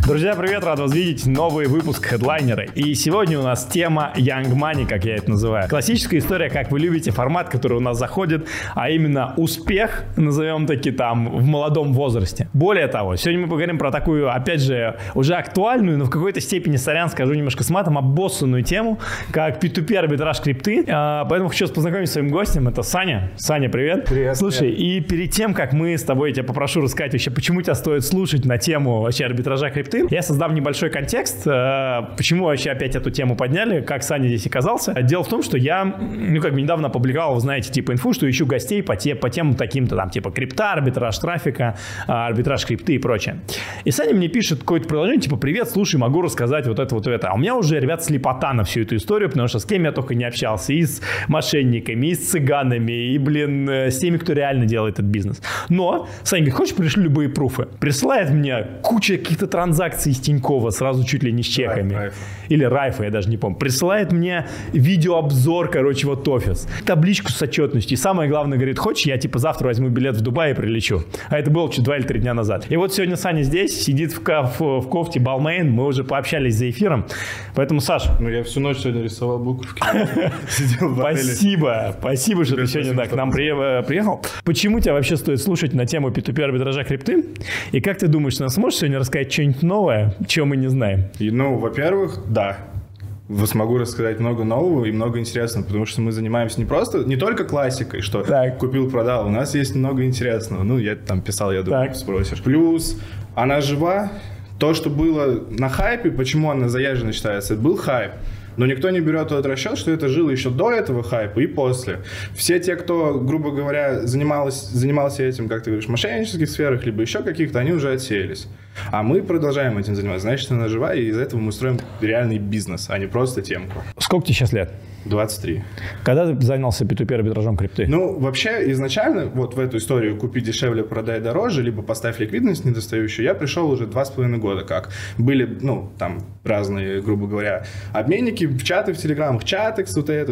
Друзья, привет, рад вас видеть. Новый выпуск «Хедлайнеры». И сегодня у нас тема Young Money, как я это называю. Классическая история, как вы любите, формат, который у нас заходит, а именно успех, назовем таки там, в молодом возрасте. Более того, сегодня мы поговорим про такую, опять же, уже актуальную, но в какой-то степени, сорян, скажу немножко с матом, обоссанную тему, как P2P арбитраж крипты. Поэтому хочу вас познакомить с своим гостем. Это Саня. Саня, привет. Привет. Слушай, и перед тем, как мы с тобой, я тебя попрошу рассказать вообще, почему тебя стоит слушать на тему вообще арбитража крипты, я создам небольшой контекст, почему вообще опять эту тему подняли, как Саня здесь оказался. Дело в том, что я, недавно опубликовал, вы знаете, инфу, что ищу гостей по темам таким-то там, крипта, арбитраж трафика, арбитраж крипты и прочее. И Саня мне пишет какое-то приложение, привет, слушай, могу рассказать вот это. А у меня уже, ребят, слепота на всю эту историю, потому что с кем я только не общался, и с мошенниками, и с цыганами, и, с теми, кто реально делает этот бизнес. Но Саня говорит, хочешь, пришлю любые пруфы? Присылает мне куча каких-то транзакций из Тинькова, сразу чуть ли не с чеками. Или Райфа, я даже не помню. Присылает мне видеообзор, офис. Табличку с отчетностью. И самое главное, говорит, хочешь, я завтра возьму билет в Дубай и прилечу. А это было 2 или 3 дня назад. И вот сегодня Саня здесь, сидит в кофте Balmain. Мы уже пообщались за эфиром. Поэтому, Саш. Я всю ночь сегодня рисовал буковки. Сидел в отеле. Спасибо, что ты сегодня к нам приехал. Почему тебя вообще стоит слушать на тему P2P арбитража крипты? И как ты думаешь, ты сможешь сегодня рассказать что-нибудь новое, чего мы не знаем? Во-первых, да. Смогу рассказать много нового и много интересного, потому что мы занимаемся не только классикой, что купил-продал. У нас есть много интересного. Я там писал, я думаю, спросишь. Плюс она жива. То, что было на хайпе, почему она заезженно считается, был хайп. Но никто не берет тот расчет, что это жило еще до этого хайпа и после. Все те, кто, грубо говоря, занимался этим, как ты говоришь, в мошеннических сферах, либо еще каких-то, они уже отсеялись. А мы продолжаем этим заниматься. Значит, она жива, и из этого мы строим реальный бизнес, а не просто темку. Сколько тебе сейчас лет? 23. Когда ты занялся P2P арбитражом крипты? Вообще, изначально, в эту историю «купи дешевле, продай дороже», либо «поставь ликвидность недостающую», я пришел уже 2,5 года как. Были, там разные, грубо говоря, обменники, чаты в Телеграмах, Chat-X,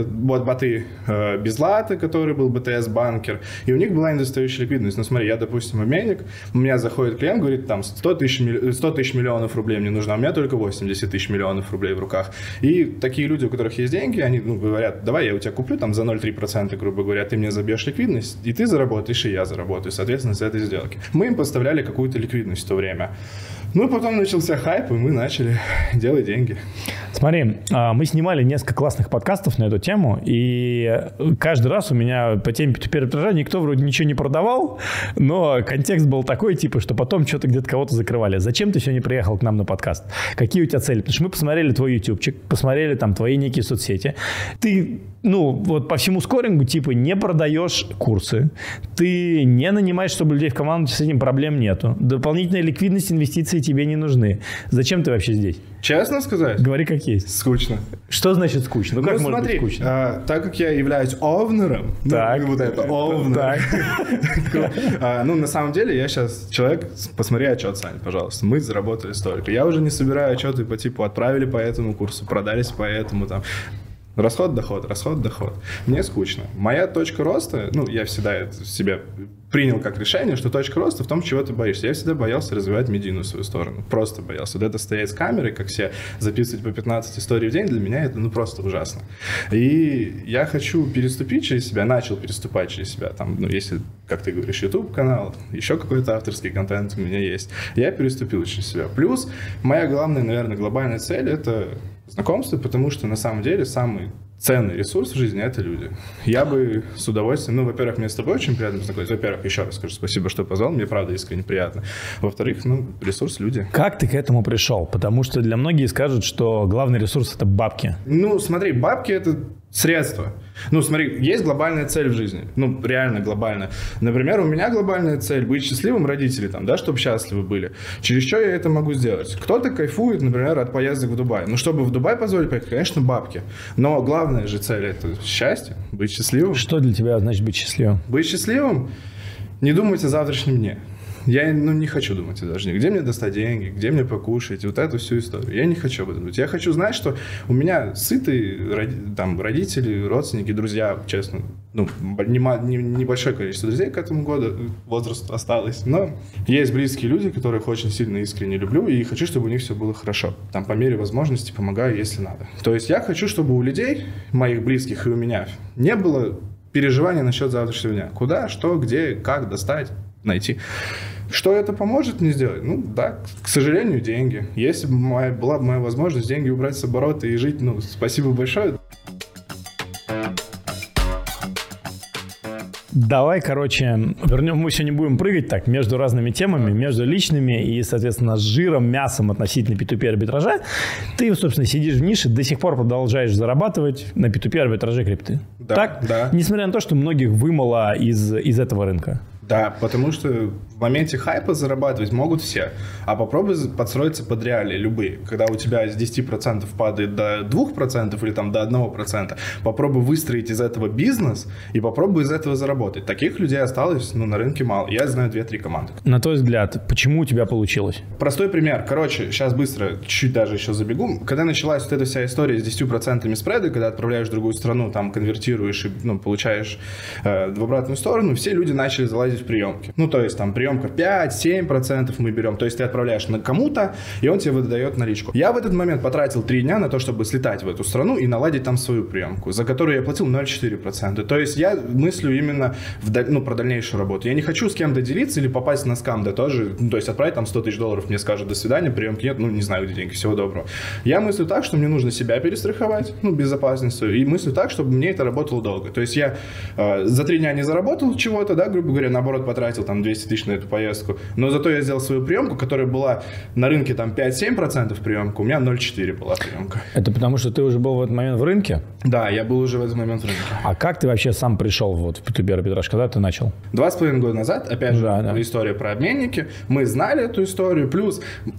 боты Безлата, который был BTS-банкер, и у них была недостающая ликвидность. Смотри, я, допустим, обменник, у меня заходит клиент, говорит, 100 тысяч миллионов рублей мне нужно, а у меня только 80 тысяч миллионов рублей в руках. И такие люди, у которых есть деньги, они, говорят, давай я у тебя куплю за 0,3%, грубо говоря, ты мне забьешь ликвидность, и ты заработаешь, и я заработаю, соответственно, с этой сделки. Мы им поставляли какую-то ликвидность в то время. Потом начался хайп, и мы начали делать деньги. Смотри, мы снимали несколько классных подкастов на эту тему, и каждый раз у меня по теме P2P арбитража никто вроде ничего не продавал, но контекст был такой, что потом что-то где-то кого-то закрывали. Зачем ты сегодня приехал к нам на подкаст? Какие у тебя цели? Потому что мы посмотрели твой ютубчик, посмотрели твои некие соцсети. Ты, по всему скорингу, не продаешь курсы, ты не нанимаешь, чтобы людей в команду, с этим проблем нету. Дополнительная ликвидность, инвестиции тебе не нужны. Зачем ты вообще здесь? Честно сказать? Говори как есть. Скучно. Что значит скучно? Как может смотри, быть скучно? Так как я являюсь овнером, на самом деле я сейчас человек, посмотри отчет, Сань, пожалуйста, мы заработали столько. Я уже не собираю отчеты по типу отправили по этому курсу, продались по этому расход, доход. Мне скучно. Моя точка роста, я всегда это себе принял как решение, что точка роста в том, чего ты боишься. Я всегда боялся развивать медийную свою сторону. Просто боялся. Это стоять с камерой, как все, записывать по 15 историй в день, для меня это просто ужасно. И я хочу переступить через себя, начал переступать через себя. Если, как ты говоришь, YouTube-канал, еще какой-то авторский контент у меня есть. Я переступил через себя. Плюс моя главная, наверное, глобальная цель – это знакомство, потому что на самом деле самый ценный ресурс в жизни – это люди. Я бы с удовольствием, во-первых, мне с тобой очень приятно познакомиться. Во-первых, еще раз скажу спасибо, что позвал, мне правда искренне приятно. Во-вторых, ресурс – люди. Как ты к этому пришел? Потому что для многих скажут, что главный ресурс – это бабки. Смотри, бабки – это средства. Смотри, есть глобальная цель в жизни. Реально глобальная. Например, у меня глобальная цель – быть счастливым родителей, чтобы счастливы были. Через что я это могу сделать? Кто-то кайфует, например, от поездок в Дубай. Чтобы в Дубай позволить поехать, конечно, бабки. Но главная же цель – это счастье, быть счастливым. Что для тебя значит быть счастливым? Быть счастливым – не думать о завтрашнем дне. Я не хочу думать о должнике. Где мне достать деньги, где мне покушать, вот эту всю историю. Я не хочу об этом думать. Я хочу знать, что у меня сытые там, родители, родственники, друзья, честно. Небольшое количество друзей к этому году, возраст осталось. Но есть близкие люди, которых очень сильно искренне люблю, и хочу, чтобы у них все было хорошо. Там по мере возможности помогаю, если надо. То есть я хочу, чтобы у людей, моих близких и у меня, не было переживания насчет завтрашнего дня. Куда, что, где, как достать, найти. Что это поможет мне сделать? Да, к сожалению, деньги. Если бы была бы моя возможность деньги убрать с оборота и жить, спасибо большое. Давай, вернем, мы сегодня будем прыгать так между разными темами, между личными и, соответственно, с жиром, мясом относительно P2P арбитража. Ты, собственно, сидишь в нише, до сих пор продолжаешь зарабатывать на P2P арбитраже крипты. Да, так? Да. Несмотря на то, что многих вымыло из этого рынка. Да, потому что в моменте хайпа зарабатывать могут все, а попробуй подстроиться под реалии любые. Когда у тебя с 10% падает до 2% или там до 1%, попробуй выстроить из этого бизнес и попробуй из этого заработать. Таких людей осталось на рынке мало. Я знаю 2-3 команды. На твой взгляд, почему у тебя получилось? Простой пример. Сейчас быстро, чуть даже еще забегу. Когда началась вот эта вся история с 10% спреда, когда отправляешь в другую страну, там конвертируешь и получаешь в обратную сторону, все люди начали залазить в приемки. То есть там приемка 5-7% мы берем. То есть ты отправляешь на кому-то, и он тебе выдает наличку. Я в этот момент потратил 3 дня на то, чтобы слетать в эту страну и наладить там свою приемку, за которую я платил 0,4%. То есть я мыслю именно про дальнейшую работу. Я не хочу с кем-то делиться или попасть на скам, да тоже. То есть отправить там $100 000, мне скажут до свидания, приемки нет, не знаю, где деньги, всего доброго. Я мыслю так, что мне нужно себя перестраховать, безопасностью, и мыслю так, чтобы мне это работало долго. То есть я за 3 дня не заработал чего-то, да, грубо говоря, наоборот, потратил там 200 тысяч на эту поездку, но зато я сделал свою приемку, которая была на рынке там 5-7% приемка, у меня 0,4 была приемка. Это потому, что ты уже был в этот момент в рынке? Да, я был уже в этот момент в рынке. А как ты вообще сам пришел в P2P арбитраж? Когда ты начал? 2,5 года назад, опять же, история про обменники. Мы знали эту историю, плюс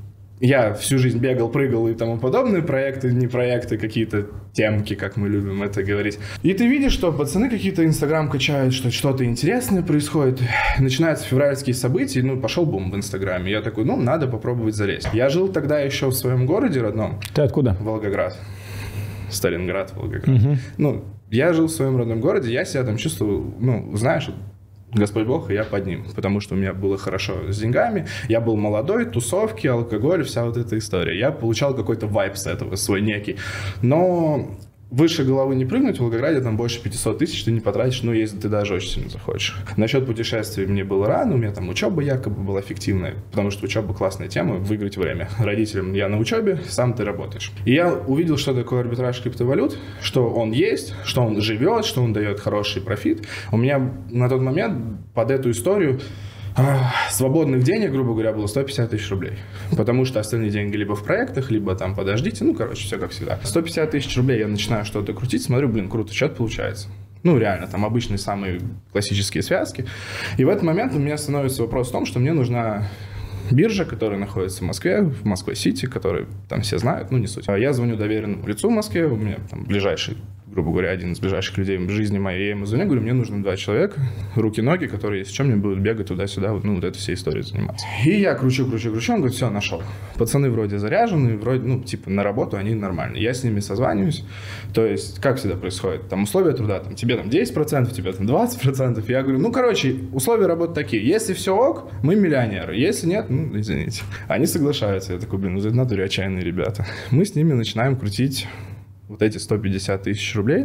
я всю жизнь бегал, прыгал и тому подобные проекты, не проекты, какие-то темки, как мы любим это говорить. И ты видишь, что пацаны какие-то Инстаграм качают, что что-то интересное происходит. Начинаются февральские события, пошел бум в Инстаграме. Я такой, надо попробовать залезть. Я жил тогда еще в своем городе родном. Ты откуда? Волгоград. Сталинград, Волгоград. Угу. Я жил в своем родном городе, я себя там чувствовал, знаешь, Господь Бог, и я под ним, потому что у меня было хорошо с деньгами, я был молодой, тусовки, алкоголь, вся вот эта история. Я получал какой-то вайб с этого, свой некий. Но выше головы не прыгнуть, в Волгограде там больше 500 тысяч ты не потратишь, если ты даже очень сильно захочешь. Насчет путешествий мне было рано, у меня там учеба якобы была фиктивная, потому что учеба классная тема, выиграть время. Родителям я на учебе, сам ты работаешь. И я увидел, что такое арбитраж криптовалют, что он есть, что он живет, что он дает хороший профит. У меня на тот момент под эту историю свободных денег, грубо говоря, было 150 тысяч рублей. Потому что остальные деньги либо в проектах, либо там подождите. Все как всегда. 150 тысяч рублей я начинаю что-то крутить, смотрю, круто, что-то получается. Реально, там обычные самые классические связки. И в этот момент у меня становится вопрос в том, что мне нужна биржа, которая находится в Москве, в Москве-Сити, которую там все знают, не суть. Я звоню доверенному лицу в Москве, у меня там ближайший, грубо говоря, один из ближайших людей в жизни моей, я ему звоню, говорю, мне нужно 2 человека, руки-ноги, которые, если что, мне будут бегать туда-сюда, вот этой всей историей заниматься. И я кручу, он говорит, все, нашел. Пацаны вроде заряжены, вроде, на работу они нормальные. Я с ними созваниваюсь, то есть, как всегда происходит, там условия труда, тебе там 10%, тебе там 20%, я говорю, условия работы такие, если все ок, мы миллионеры, если нет, извините. Они соглашаются, я такой, в натуре отчаянные ребята. Мы с ними начинаем крутить вот эти 150 тысяч рублей,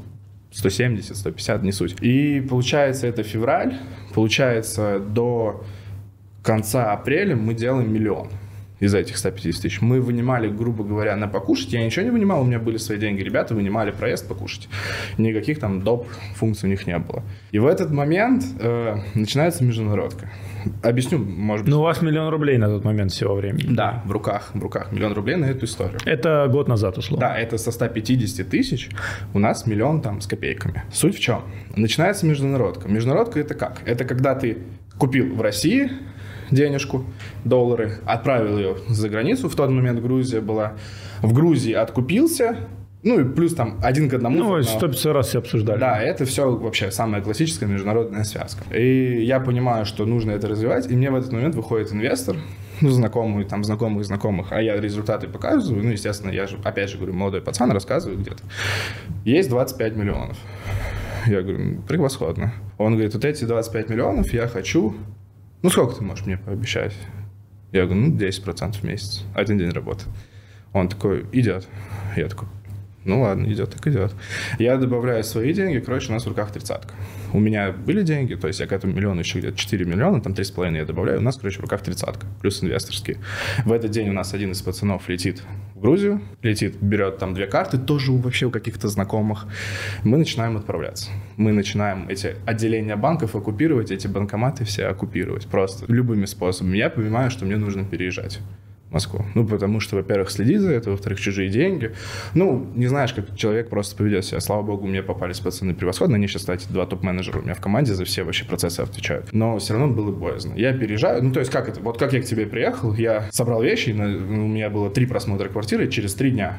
170, 150, не суть. И получается, это февраль, получается, до конца апреля мы делаем 1 миллион из этих 150 тысяч. Мы вынимали, грубо говоря, на покушать. Я ничего не вынимал, у меня были свои деньги. Ребята вынимали проезд покушать. Никаких там доп. Функций у них не было. И в этот момент начинается международка. Объясню, может быть. У вас 1 миллион рублей на тот момент всего времени. Да, в руках 1 миллион рублей на эту историю. Это год назад ушло. Да, это со 150 тысяч у нас 1 миллион там с копейками. Суть в чем? Начинается международка. Международка это как? Это когда ты купил в России денежку, доллары, отправил ее за границу. В тот момент Грузия была. В Грузии откупился, Ну, и плюс там 1 к 1. Ну, 100-500 раз все обсуждали. Да, это все вообще самая классическая международная связка. И я понимаю, что нужно это развивать, и мне в этот момент выходит инвестор, ну, знакомый, там, знакомых, а я результаты показываю, ну, естественно, я же, опять же, говорю, молодой пацан, рассказываю где-то. Есть 25 миллионов. Я говорю, превосходно. Он говорит, вот эти 25 миллионов я хочу... Ну, сколько ты можешь мне пообещать? Я говорю, 10% в месяц. 1 день работы. Он такой, идет. Я такой, ну ладно, идет так идет. Я добавляю свои деньги, короче, у нас в руках 30-ка. У меня были деньги, то есть я к этому миллиону еще где-то 4 миллиона, там 3,5 я добавляю, у нас, короче, в руках 30-ка, плюс инвесторские. В этот день у нас один из пацанов летит в Грузию, берет там 2 карты, тоже вообще у каких-то знакомых. Мы начинаем отправляться. Мы начинаем эти отделения банков оккупировать, эти банкоматы все оккупировать, просто любыми способами. Я понимаю, что мне нужно переезжать в Москву. Ну, потому что, во-первых, следить за это, во-вторых, чужие деньги. Ну, не знаешь, как человек просто поведет себя. Слава богу, мне попались пацаны превосходно. Они сейчас, кстати, 2 топ-менеджера у меня в команде, за все вообще процессы отвечают. Но все равно было боязно. Я переезжаю. Ну, то есть, как это? Вот как я к тебе приехал, я собрал вещи, у меня было 3 просмотра квартиры через 3 дня.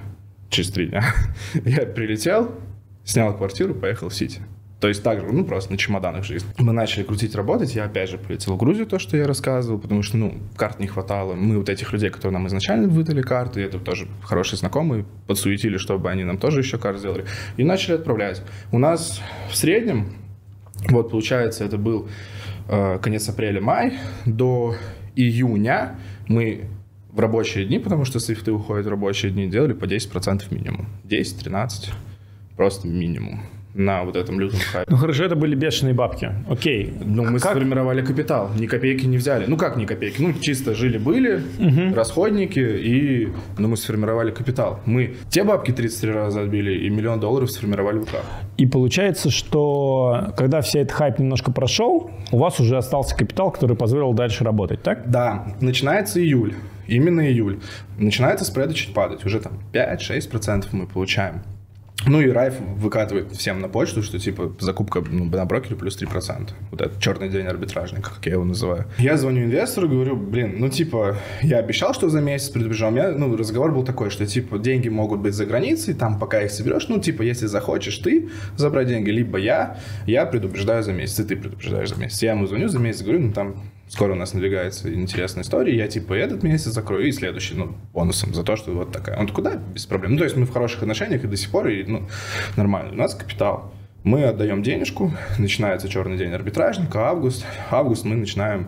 Я прилетел, снял квартиру, поехал в Сити. То есть так же, ну, просто на чемоданах жизнь. Мы начали крутить, работать. Я опять же полетел в Грузию, то, что я рассказывал, потому что, ну, карт не хватало. Мы вот этих людей, которые нам изначально выдали карты, это тоже хорошие знакомые, подсуетили, чтобы они нам тоже еще карт сделали. И начали отправлять. У нас в среднем, вот, получается, это был конец апреля-май, до июня мы в рабочие дни, потому что свифты уходят в рабочие дни, делали по 10% минимум. 10-13, просто минимум. На вот этом лютом хайпе. Ну хорошо, это были бешеные бабки. Окей. Ну, мы сформировали капитал, ни копейки не взяли. Ну как ни копейки? Ну, чисто жили-были, расходники, и мы сформировали капитал. Мы те бабки 33 раза отбили, и $1 000 000 сформировали в руках. И получается, что когда вся этот хайп немножко прошел, у вас уже остался капитал, который позволил дальше работать, так? Да. Начинается июль. Именно июль. Начинается спреды чуть падать. Уже там 5-6% мы получаем. Ну и Райф выкатывает всем на почту, что типа закупка на брокере плюс 3%. Вот этот черный день арбитражника, как я его называю. Я звоню инвестору, говорю, ну типа, я обещал, что за месяц предупреждал. У меня, разговор был такой, что типа деньги могут быть за границей, там пока их соберешь, ну типа, если захочешь ты забрать деньги, либо я предупреждаю за месяц, и ты предупреждаешь за месяц. Я ему звоню за месяц, говорю, там скоро у нас надвигается интересная история, я типа этот месяц закрою и следующий, бонусом за то, что вот такая. Он такой, да, без проблем. Ну, то есть мы в хороших отношениях и до сих пор, и, нормально. У нас капитал. Мы отдаем денежку, начинается черный день арбитражника, август. Август мы начинаем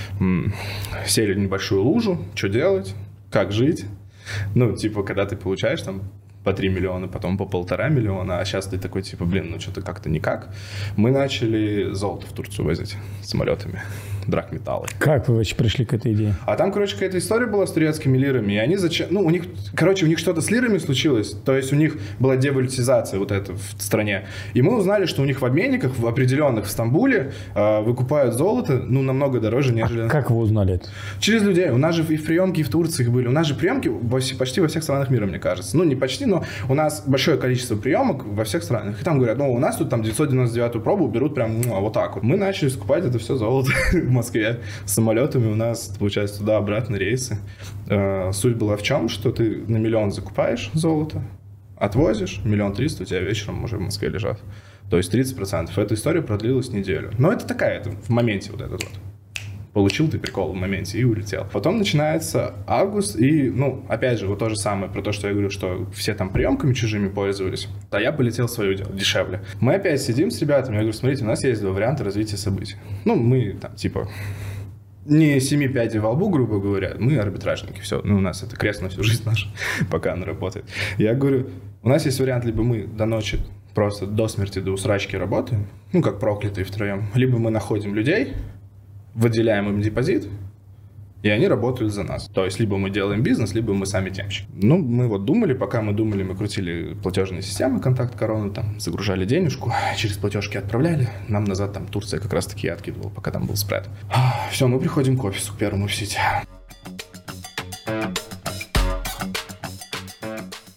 сели небольшую лужу, что делать, как жить. Ну, типа, когда ты получаешь там по 3 миллиона, потом по 1,5 миллиона, а сейчас ты такой, типа, что-то как-то никак. Мы начали золото в Турцию возить самолетами, драгметаллы. Как вы вообще пришли к этой идее? А там, какая-то история была с турецкими лирами, и они у них что-то с лирами случилось, то есть у них была девалютизация вот эта в стране, и мы узнали, что у них в обменниках, в определенных в Стамбуле, выкупают золото, намного дороже, нежели... А как вы узнали это? Через людей. У нас же и в приемке, и в Турции были. У нас же приемки почти во всех странах мира, мне кажется. Не почти, но у нас большое количество приемок во всех странах. И там говорят, у нас тут там 999-ю пробу берут прям вот так вот. Мы начали скупать это все золото в Москве самолетами. У нас, получается, туда-обратно рейсы. Суть была в чем, что ты на 1 миллион закупаешь золото, отвозишь, 1 300 000 у тебя вечером уже в Москве лежат. То есть 30%. Эта история продлилась неделю. Но это это в моменте вот этот вот. Получил ты прикол в моменте и улетел. Потом начинается август, и, опять же, вот то же самое про то, что я говорю, что все там приемками чужими пользовались, а я полетел свое дело, дешевле. Мы опять сидим с ребятами, я говорю, смотрите, у нас есть 2 варианта развития событий. Мы там, типа, не 7 пядей во лбу, грубо говоря, мы арбитражники, все, у нас это крест на всю жизнь наша, пока она работает. Я говорю, у нас есть вариант, либо мы до ночи просто до смерти, до усрачки работаем, как проклятые втроем, либо мы находим людей, выделяем им депозит, и они работают за нас. То есть, либо мы делаем бизнес, либо мы сами темщики. Мы вот думали, пока мы думали, мы крутили платежные системы, контакт короны, там, загружали денежку, через платежки отправляли. Нам назад там Турция как раз-таки откидывала, пока там был спред. Все, мы приходим к офису, к первому в Сити.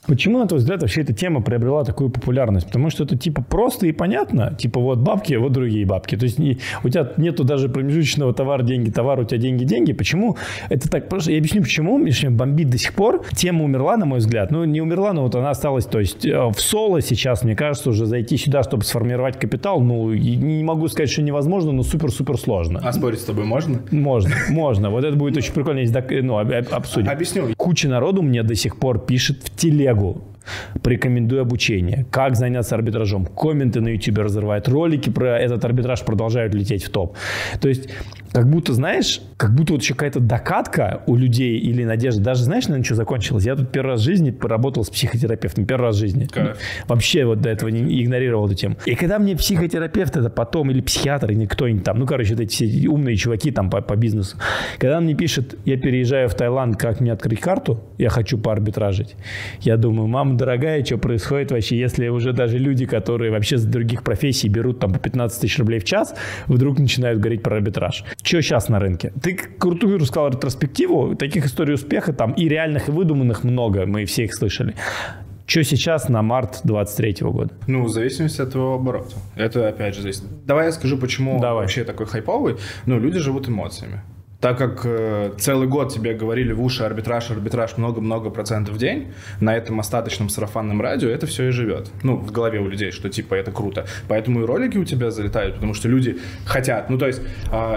Почему, на твой взгляд, вообще эта тема приобрела такую популярность? Потому что это типа просто и понятно. Типа вот бабки, вот другие бабки. То есть у тебя нету даже промежуточного товар, деньги, товар, у тебя деньги, деньги. Почему? Это так просто. Я объясню, почему. Меня бомбит до сих пор. Тема умерла, на мой взгляд. Ну, не умерла, но вот она осталась. То есть в соло сейчас, мне кажется, уже зайти сюда, чтобы сформировать капитал, ну, не могу сказать, что невозможно, но супер-супер сложно. А спорить с тобой можно? Можно. Вот это будет очень прикольно, если обсудим. Объясню. Куча народу мне до сих пор пишет в телегу. Порекомендую обучение. Как заняться арбитражом. Комменты на YouTube разрывают. Ролики про этот арбитраж продолжают лететь в топ. То есть, как будто, знаешь, как будто вот еще какая-то докатка у людей или надежда. Даже, знаешь, наверное, что закончилось? Я тут первый раз в жизни поработал с психотерапевтом. Первый раз в жизни. Вообще вот до этого не игнорировал эту тему. И когда мне психотерапевт это потом, или психиатр, или кто-нибудь там, ну, короче, вот эти все умные чуваки там по бизнесу. Когда он мне пишет, я переезжаю в Таиланд, как мне открыть карту? Я хочу поарбитражить. Я думаю, мама дорогая, что происходит вообще, если уже даже люди, которые вообще с других профессий берут там по 15 тысяч рублей в час, вдруг начинают говорить про арбитраж. Что сейчас на рынке? Ты крутую рассказал ретроспективу, таких историй успеха там и реальных, и выдуманных много, мы все их слышали. Что сейчас на март 2023 года? Ну, в зависимости от твоего оборота. Это, опять же, зависит. Давай я скажу, почему вообще такой хайповый. Ну, люди живут эмоциями. Так как целый год тебе говорили в уши арбитраж, много-много процентов в день, на этом остаточном сарафанном радио это все и живет. Ну, в голове у людей, что типа это круто. Поэтому и ролики у тебя залетают, потому что люди хотят. Ну, то есть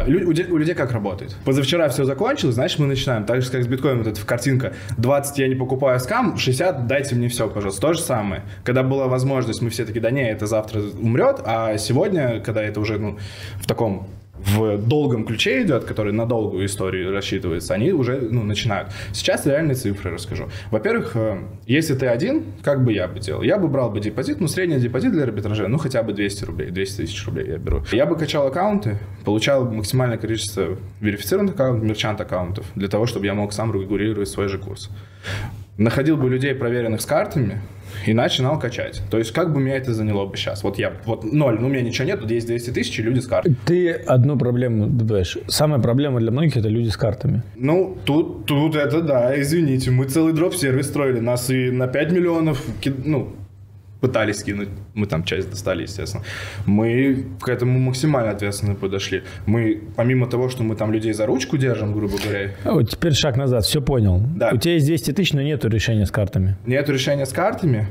у людей как работает? Позавчера все закончилось, значит, мы начинаем. Так же, как с биткоином, вот эта картинка. 20 я не покупаю скам, 60 дайте мне все, пожалуйста. То же самое. Когда была возможность, мы все таки, да не, это завтра умрет, а сегодня, когда это уже в таком... в долгом ключе идет, который на долгую историю рассчитывается, они уже начинают. Сейчас реальные цифры расскажу. Во-первых, если ты один, как бы я бы делал? Я бы брал бы депозит, средний депозит для арбитража, хотя бы 200 рублей, 200 тысяч рублей я беру. Я бы качал аккаунты, получал максимальное количество верифицированных аккаунтов, мерчант-аккаунтов, для того, чтобы я мог сам регулировать свой же курс. Находил бы людей, проверенных с картами, и начинал качать. То есть, как бы меня это заняло бы сейчас? Вот я, ноль, у меня ничего нет, тут есть 200 тысяч, и люди с картами. Ты одну проблему добавляешь. Самая проблема для многих – это люди с картами. Ну, тут это да, извините. Мы целый дроп-сервис строили, нас и на 5 миллионов, пытались кинуть. Мы там часть достали, естественно. Мы к этому максимально ответственно подошли. Мы, помимо того, что мы там людей за ручку держим, грубо говоря... Вот теперь шаг назад, все понял. Да. У тебя есть 200 тысяч, но нету решения с картами. Нету решения с картами.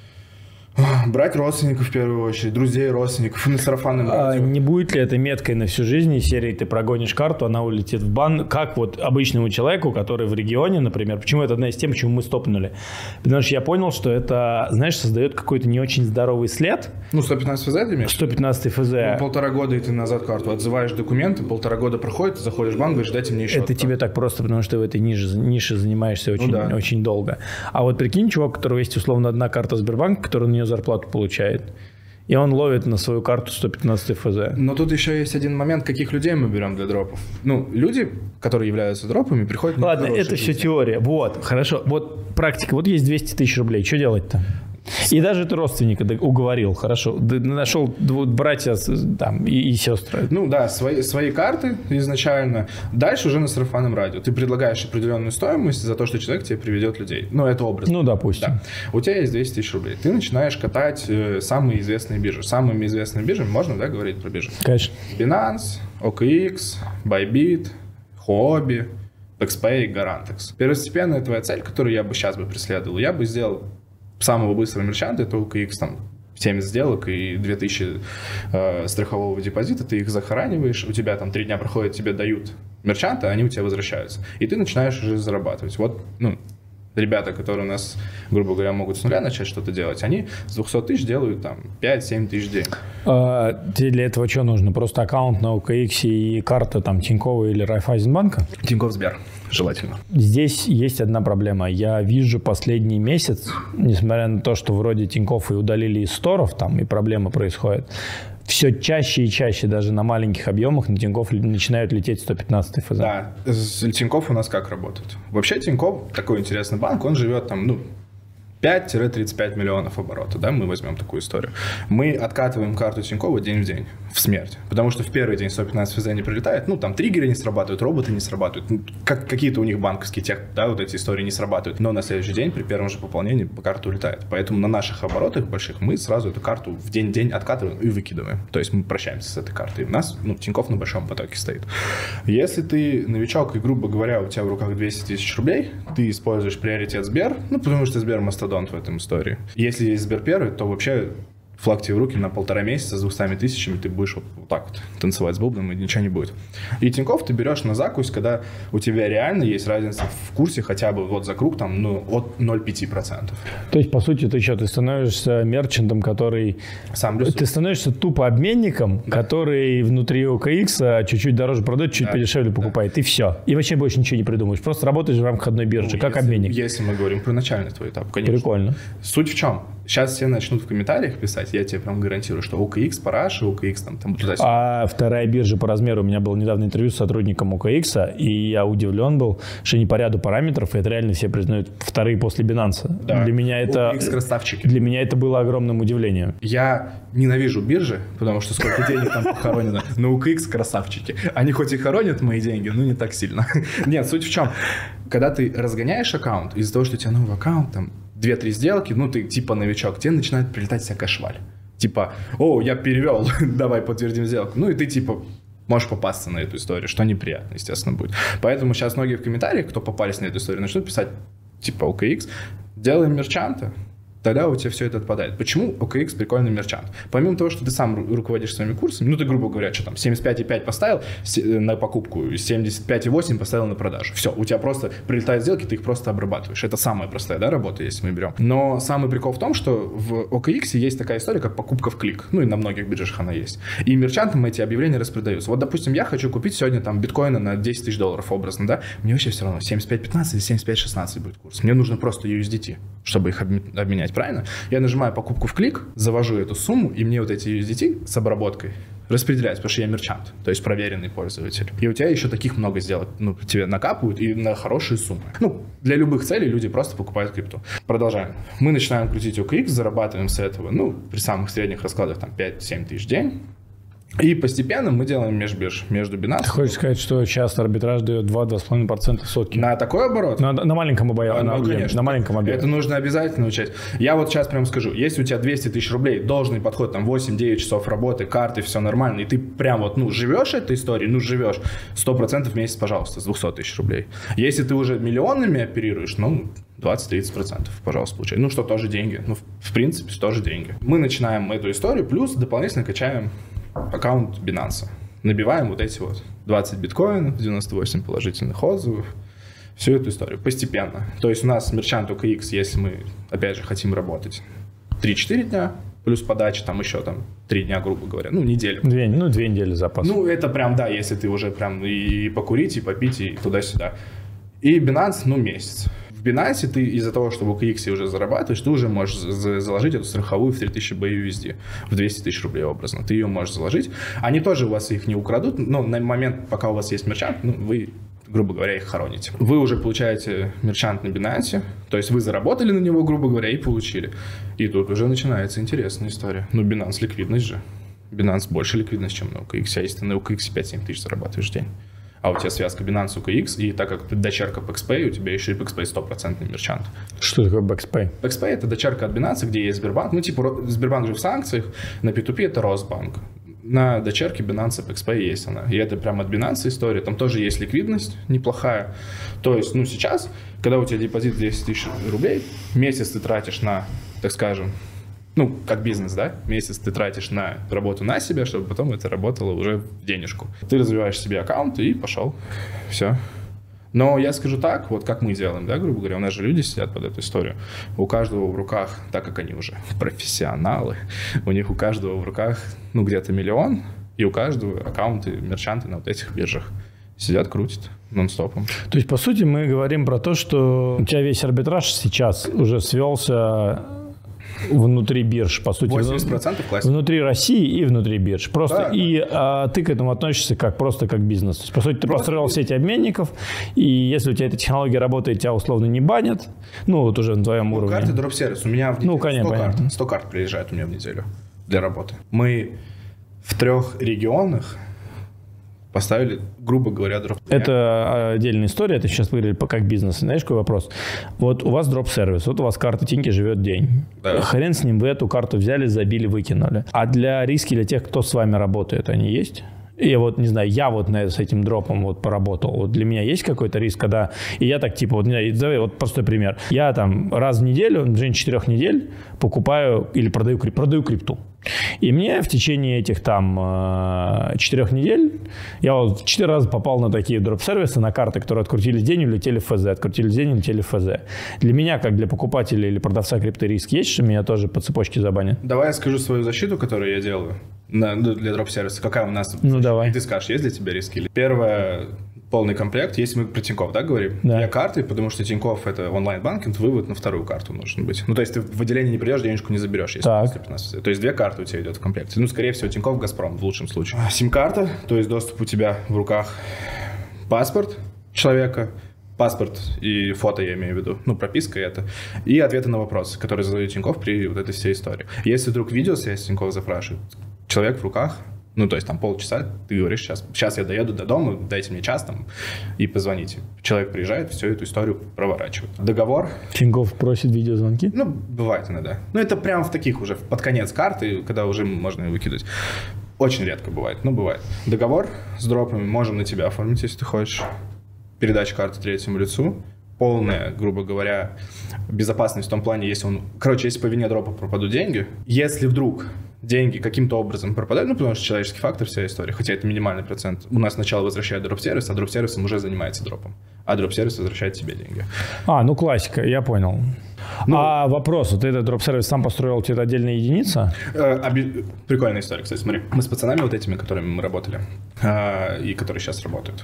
Брать родственников в первую очередь, друзей, родственников и на сарафанном радио. Не будет ли это меткой на всю жизнь из серии ты прогонишь карту, она улетит в бан? Как вот обычному человеку, который в регионе, например, почему это одна из тем, почему мы стопнули? Потому что я понял, что это, знаешь, создает какой-то не очень здоровый след. 115 ФЗ ты имеешь? 115 ФЗ. 1,5 года и ты назад карту отзываешь документы, 1,5 года проходит, ты заходишь в банк, говоришь, дайте мне еще. Это тебе так просто, потому что ты в этой нише занимаешься очень долго. А вот прикинь, чувак, у которого есть условно одна карта Сбербанка, который на нее зарплату получает. И он ловит на свою карту 115 ФЗ. Но тут еще есть один момент, каких людей мы берем для дропов. Люди, которые являются дропами, приходят... Ладно, это все теория. Вот, хорошо. Вот практика. Вот есть 200 тысяч рублей. Что делать-то? И даже ты родственника уговорил, хорошо. Ты нашел братья там, и сестры. Свои карты изначально. Дальше уже на сарафанном радио. Ты предлагаешь определенную стоимость за то, что человек тебе приведет людей. Это образно. Допустим. Да. У тебя есть 200 тысяч рублей. Ты начинаешь катать самые известные биржи. Самыми известными биржами можно, говорить про биржи? Конечно. Binance, OKX, Bybit, Huobi, TaxPay, Garantex. Первостепенная твоя цель, которую я бы сейчас преследовал, я бы сделал самого быстрого мерчанта, это OKX, 70 сделок и 2000 страхового депозита, ты их захораниваешь, у тебя 3 дня проходит, тебе дают мерчанта, они у тебя возвращаются. И ты начинаешь уже зарабатывать. Ребята, которые у нас, грубо говоря, могут с нуля начать что-то делать, они с 200 тысяч делают 5-7 тысяч в день. Тебе для этого что нужно? Просто аккаунт на OKX и карта Тинькова или Райфайзенбанка? Тинькофф Сбер, желательно. Здесь есть одна проблема. Я вижу последний месяц, несмотря на то, что вроде Тинькофф и удалили из сторов, и проблема происходит, все чаще и чаще даже на маленьких объемах на Тинькофф начинают лететь 115 ФЗ. Да, Тинькофф у нас как работает? Вообще Тинькофф такой интересный банк, он живет 5-35 миллионов оборота, да, мы возьмем такую историю. Мы откатываем карту Тинькова день в день, в смерть. Потому что в первый день 115 ФЗ не прилетает, ну, там триггеры не срабатывают, роботы не срабатывают, ну, какие-то у них банковские да, вот эти истории не срабатывают. Но на следующий день при первом же пополнении карта улетает. Поэтому на наших оборотах больших мы сразу эту карту в день откатываем и выкидываем. То есть мы прощаемся с этой картой. У нас, ну, Тинькофф на большом потоке стоит. Если ты новичок и, грубо говоря, у тебя в руках 200 тысяч рублей, ты используешь приоритет Сбер, ну, потому что Сбер мастодонт в этом истории. Если есть Сбер первый, то вообще флаг тебе в руки на 1,5 месяца с 200 тысячами, ты будешь вот так вот танцевать с бубном, и ничего не будет. И Тинькофф ты берешь на закусь, когда у тебя реально есть разница в курсе хотя бы вот за круг там, ну, от 0,5%. То есть, по сути, ты становишься мерчантом, который... Сам ресурс. Ты становишься тупо обменником, да, который внутри OKX чуть-чуть дороже продает, чуть подешевле покупает, и все. И вообще больше ничего не придумаешь. Просто работаешь в рамках одной биржи, ну, как обменник. Если мы говорим про начальный твой этап, конечно. Прикольно. Суть в чем? Сейчас все начнут в комментариях писать, я тебе прям гарантирую, что OKX параш, OKX там туда-сюда. А вторая биржа по размеру, у меня было недавно интервью с сотрудником OKX, и я удивлен был, что не по ряду параметров, и это реально все признают вторые после Binance. Да. Для меня это... OKX красавчики. Для меня это было огромным удивлением. Я ненавижу биржи, потому что сколько денег там похоронено, но OKX красавчики. Они хоть и хоронят мои деньги, но не так сильно. Нет, суть в чем? Когда ты разгоняешь аккаунт, из-за того, что у тебя новый аккаунт, там 2-3 сделки, ну ты типа новичок, тебе начинает прилетать всякая шваль. Типа, о, я перевел, давай подтвердим сделку. Ну и ты типа можешь попасться на эту историю, что неприятно, естественно, будет. Поэтому сейчас многие в комментариях, кто попались на эту историю, начнут писать типа OKX, делаем мерчанта. Тогда у тебя все это отпадает. Почему OKX прикольный мерчант? Помимо того, что ты сам руководишь своими курсами, ну ты, грубо говоря, что там, 75,5 поставил на покупку, 75,8 поставил на продажу. Все, у тебя просто прилетают сделки, ты их просто обрабатываешь. Это самая простая, да, работа, если мы берем. Но самый прикол в том, что в OKX есть такая история, как покупка в клик. Ну и на многих биржах она есть. И мерчантам эти объявления распродаются. Вот, допустим, я хочу купить сегодня там биткоина на 10 тысяч долларов образно, да? Мне вообще все равно 75,15 или 75,16 будет курс. Мне нужно просто USDT, чтобы их обменять. Правильно? Я нажимаю покупку в клик, завожу эту сумму, и мне вот эти USDT с обработкой распределяются, потому что я мерчант, то есть проверенный пользователь. И у тебя еще таких много сделок, ну, тебе накапывают и на хорошие суммы. Ну, для любых целей люди просто покупают крипту. Продолжаем. Мы начинаем крутить OKX, зарабатываем с этого, ну, при самых средних раскладах там 5-7 тысяч в день. И постепенно мы делаем межбирж, между Binance. Ты хочешь сказать, что часто арбитраж дает 2-2,5% в сотки? На такой оборот? На маленьком объеме. Ну, конечно. На маленьком объеме. Это нужно обязательно учесть. Я вот сейчас прям скажу, если у тебя 200 тысяч рублей, должный подход, там 8-9 часов работы, карты, все нормально, и ты прям вот, ну, живешь этой историей, ну, живешь 100% в месяц, пожалуйста, с 200 тысяч рублей. Если ты уже миллионами оперируешь, ну, 20-30%, пожалуйста, получай. Ну, что тоже деньги. Ну, в принципе, тоже деньги. Мы начинаем эту историю, плюс дополнительно качаем аккаунт Binance. Набиваем вот эти вот 20 биткоинов, 98 положительных отзывов. Всю эту историю постепенно. То есть у нас мерчант OKX, если мы, опять же, хотим работать 3-4 дня, плюс подача там еще там 3 дня, грубо говоря, ну, неделю. 2 недели запас. Ну, это прям, да, если ты уже прям и покурить, и попить, и туда-сюда. И Binance, ну, месяц. В Binance ты из-за того, что в OKX уже зарабатываешь, ты уже можешь заложить эту страховую в 3000 BUSD, в 200 тысяч рублей образно. Ты ее можешь заложить. Они тоже у вас их не украдут, но на момент, пока у вас есть мерчант, ну, вы, грубо говоря, их хороните. Вы уже получаете мерчант на Binance, то есть вы заработали на него, грубо говоря, и получили. И тут уже начинается интересная история. Ну, Binance ликвидность же. Binance больше ликвидность, чем на OKX. А если ты на OKX 5-7 тысяч зарабатываешь в день, а у тебя связка Binance, OKX, и так как ты дочерка PaxPay, у тебя еще и PaxPay 100% мерчант. Что такое PaxPay? PaxPay — это дочерка от Binance, где есть Сбербанк. Ну, типа, Сбербанк же в санкциях, на P2P это Росбанк. На дочерке Binance PaxPay есть она. И это прям от Binance история. Там тоже есть ликвидность неплохая. То есть, ну, сейчас, когда у тебя депозит 200 тысяч рублей, месяц ты тратишь на, так скажем, ну, как бизнес, да, месяц ты тратишь на работу на себя, чтобы потом это работало уже в денежку. Ты развиваешь себе аккаунт и пошел. Все. Но я скажу так, вот как мы делаем, да, грубо говоря, у нас же люди сидят под эту историю. У каждого в руках, так как они уже профессионалы, у них у каждого в руках, ну, где-то миллион, и у каждого аккаунты, мерчанты на вот этих биржах сидят, крутят нон-стопом. То есть, по сути, мы говорим про то, что у тебя весь арбитраж сейчас уже свелся внутри бирж, по сути. 80% классика. Внутри России и внутри бирж. Просто ты к этому относишься просто как бизнес. То есть, по сути, ты построил сеть обменников, и если у тебя эта технология работает, тебя условно не банят, вот уже на твоем уровне. Карты дроп-сервис. У меня в неделю 100 карт приезжает у меня в неделю для работы. Мы в 3 регионах поставили, грубо говоря, дроп. Это отдельная история, это сейчас выглядит как бизнес. Знаешь, какой вопрос? Вот у вас дроп-сервис, вот у вас карта Тиньки живет день. Да. Хрен с ним, вы эту карту взяли, забили, выкинули. А для риски, для тех, кто с вами работает, они есть? И не знаю, я с этим дропом поработал. Вот для меня есть какой-то риск, когда... И я так давай простой пример. Я раз в неделю, в течение 4 недель покупаю или продаю крипту. И мне в течение этих 4 недель я 4 раза попал на такие дроп-сервисы, на карты, которые открутились день, улетели в ФЗ, открутились день, улетели в ФЗ. Для меня, как для покупателя или продавца крипты, риск есть, что меня тоже по цепочке забанят? Давай я скажу свою защиту, которую я делаю для дроп-сервиса. Какая у нас? Давай. Ты скажешь, есть для тебя риски? Первое, полный комплект. Если мы про Тинькофф, говорим? Да. Для карты, потому что Тинькофф — это онлайн-банкинг, вывод на 2-ю карту должен быть. То есть ты в отделение не придешь, денежку не заберешь. Если то есть 2 карты у тебя идет в комплекте. Скорее всего, Тинькофф, Газпром в лучшем случае. Сим-карта, то есть доступ у тебя в руках. Паспорт человека. Паспорт и фото, я имею в виду, прописка это. И ответы на вопросы, которые задает Тинькофф при этой всей истории. Если вдруг видеосвязь Тинькофф запрашивает, человек в руках, то есть полчаса, ты говоришь, сейчас я доеду до дома, дайте мне час и позвоните. Человек приезжает, всю эту историю проворачивает. Договор. Тинькофф просит видеозвонки? Бывает иногда. Это прям в таких уже, под конец карты, когда уже можно ее выкидывать. Очень редко бывает, но бывает. Договор с дропами можем на тебя оформить, если ты хочешь. Передача карты 3-му лицу. Полная, грубо говоря, безопасность в том плане, если если по вине дропа пропадут деньги, если вдруг деньги каким-то образом пропадают, потому что человеческий фактор, вся история, хотя это минимальный процент, у нас сначала возвращают дроп-сервис, а дроп-сервисом уже занимается дропом, а дроп-сервис возвращает тебе деньги. Классика, я понял. А вопрос, ты этот дроп-сервис сам построил, это отдельная единица? Прикольная история, кстати, смотри. Мы с пацанами этими, которыми мы работали, и которые сейчас работают,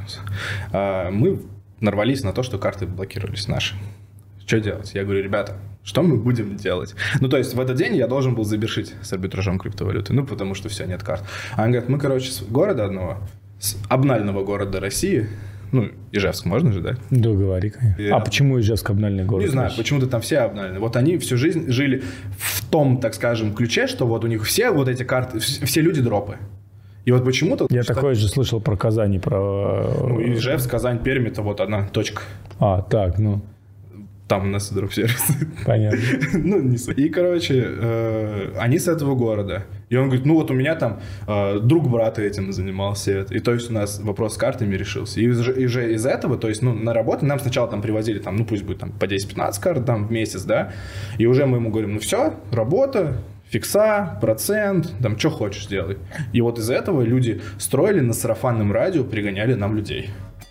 мы нарвались на то, что карты блокировались наши. Что делать? Я говорю, ребята, что мы будем делать? То есть в этот день я должен был завершить с арбитражом криптовалюты, потому что все, нет карт. А они говорят, мы, с города одного, с обнального города России, Ижевск можно же, да? Да, говори, конечно. А почему Ижевск обнальный город? Не знаю, почему-то там все обнальные. Они всю жизнь жили в том, так скажем, ключе, что у них все эти карты, все люди дропы. И почему-то... Я такое же слышал про Казань, про... Ижевск, Казань, Пермь, это одна точка. Там у нас дроп-сервис. Понятно. И, они с этого города. И он говорит, у меня там друг брата этим занимался. И то есть у нас вопрос с картами решился. И уже из этого, то есть, на работу нам сначала привозили, пусть будет по 10-15 карт в месяц, да. И уже мы ему говорим, все, работа, фикса, процент, что хочешь делай. И из этого люди строили на сарафанном радио, пригоняли нам людей.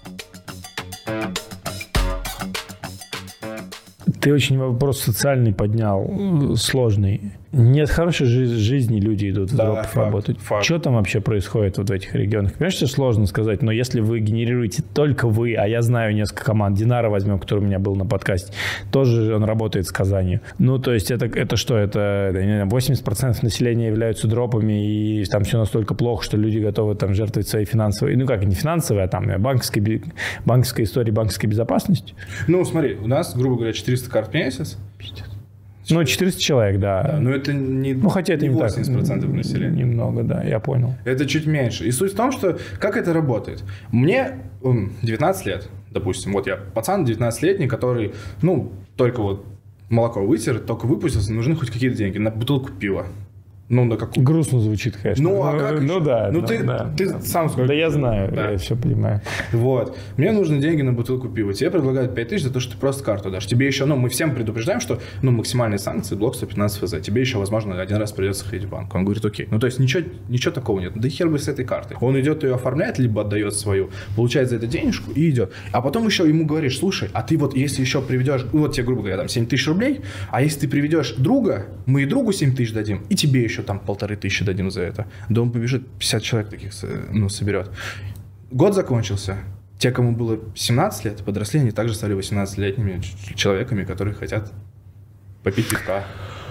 Ты очень вопрос социальный поднял, сложный. Нет хорошей жизни, люди идут в дроп работать. Что там вообще происходит в этих регионах? Понимаешь, что сложно сказать, но если вы генерируете только вы, а я знаю несколько команд, Динара возьмем, который у меня был на подкасте, тоже он работает с Казанью. То есть это что? Это 80% населения являются дропами, и там все настолько плохо, что люди готовы жертвовать своей финансовой, не финансовой, а банковской историей, банковской безопасности. Смотри, у нас, грубо говоря, 400 карт в месяц. 400 человек, да. Это не, хотя это не не 80% так, населения. Немного, да, я понял. Это чуть меньше. И суть в том, что как это работает. Мне 19 лет, допустим. Я пацан 19-летний, который, только молоко вытер, только выпустился, нужны хоть какие-то деньги на бутылку пива. На какую? Грустно звучит, конечно. Ты сам сколько? Да я знаю, я все понимаю. Мне нужны деньги на бутылку пива. Тебе предлагают 5000 за то, что ты просто карту дашь. Тебе еще, мы всем предупреждаем, что, максимальные санкции, блок 115 ФЗ. Тебе еще, возможно, один раз придется ходить в банк. Он говорит, окей. То есть ничего такого нет. Да хер бы с этой картой. Он идет, ее оформляет, либо отдает свою, получает за это денежку и идет. А потом еще ему говоришь, слушай, а ты если еще приведешь, тебе, грубо говоря, 7000 рублей, а если ты приведешь друга, мы и другу 7000 дадим, и тебе еще 1500 дадим за это. Да он побежит, 50 человек таких соберет. Год закончился. Те, кому было 17 лет, подросли, они также стали 18-летними человеками, которые хотят попить пивка.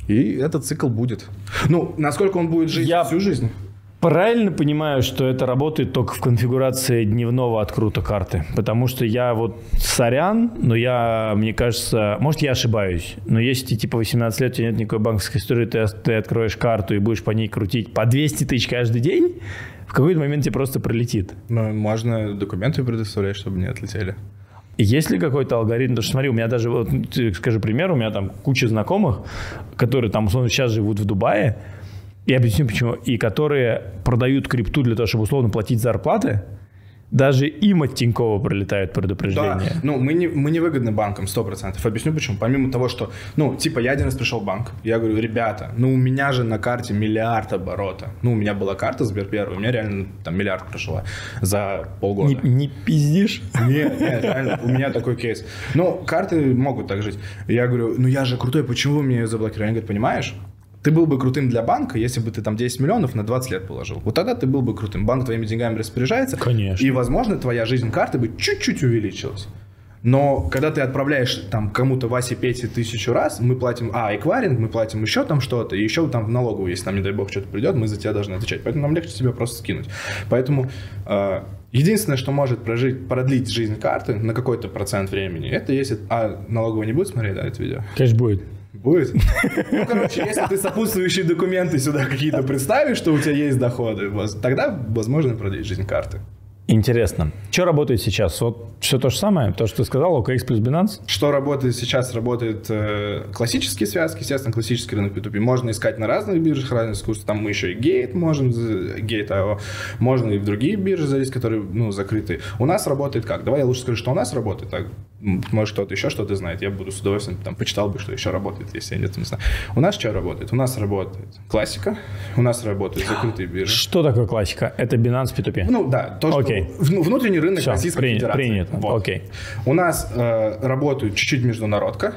И этот цикл будет. Ну, насколько он будет жить всю жизнь? Правильно понимаю, что это работает только в конфигурации дневного открута карты? Потому что я вот сорян, но мне кажется, может, я ошибаюсь, но если тебе типа 18 лет, у тебя нет никакой банковской истории, ты откроешь карту и будешь по ней крутить по 200 тысяч каждый день, в какой-то момент тебе просто пролетит. Ну, можно документы предоставлять, чтобы не отлетели. Есть ли какой-то алгоритм? Потому что смотри, у меня даже, вот, скажу пример, у меня там куча знакомых, которые там, условно, сейчас живут в Дубае, я объясню почему, и которые продают крипту для того, чтобы условно платить зарплаты, даже им от Тинькова прилетают предупреждения. Да, ну мы не выгодны банкам 100%. Объясню почему. Помимо того, что, ну, типа я один раз пришел в банк, я говорю, ребята, ну у меня же на карте миллиард оборота. Ну у меня была карта Сберпер, у меня реально там миллиард прошла за полгода. Не пиздишь? Нет, реально, у меня такой кейс. Ну, карты могут так жить. Я говорю, ну я же крутой, почему вы мне ее заблокировали? Они говорят, понимаешь? Ты был бы крутым для банка, если бы ты там 10 миллионов на 20 лет положил. Вот тогда ты был бы крутым. Банк твоими деньгами распоряжается. Конечно. И, возможно, твоя жизнь карты бы чуть-чуть увеличилась. Но когда ты отправляешь там кому-то Васе, Пете 1000 раз, мы платим, эквайринг, мы платим еще там что-то, и еще там в налоговую, если нам, не дай бог, что-то придет, мы за тебя должны отвечать. Поэтому нам легче тебя просто скинуть. Поэтому единственное, что может продлить жизнь карты на какой-то процент времени, это если... налоговая не будет смотреть, да, это видео? Конечно, будет. Будет? Ну, короче, если ты сопутствующие документы сюда какие-то представишь, что у тебя есть доходы, тогда возможно продлить жизнь карты. Интересно. Что работает сейчас? Вот все то же самое? То, что ты сказал, OKX плюс Binance? Что работает сейчас? Работают классические связки, естественно, классический рынок P2P. Можно искать на разных биржах, разных курсов. Там мы еще и Gate можем, Gate.io. Можно и в другие биржи залезть, которые, закрыты. У нас работает как? Давай я лучше скажу, что у нас работает. Так, может, кто-то еще что-то знает. Я буду с удовольствием, почитал бы, что еще работает, если я не знаю. У нас что работает? У нас работает классика, у нас работают закрытые биржи. Что такое классика? Это Binance P2P? Ну да, то, что внутренний рынок Российской Федерации. Принято. Вот. Окей. У нас работает чуть-чуть международка.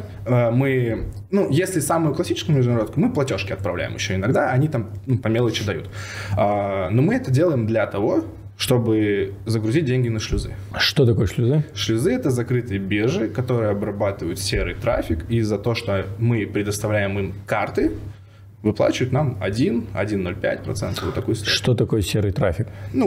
Если самую классическую международку, мы платежки отправляем еще иногда, они там по мелочи дают. Но мы это делаем для того, чтобы загрузить деньги на шлюзы. Что такое шлюзы? Шлюзы – это закрытые биржи, которые обрабатывают серый трафик, и за то, что мы предоставляем им карты, выплачивают нам 1,05%. Вот такую историю. Что такое серый трафик?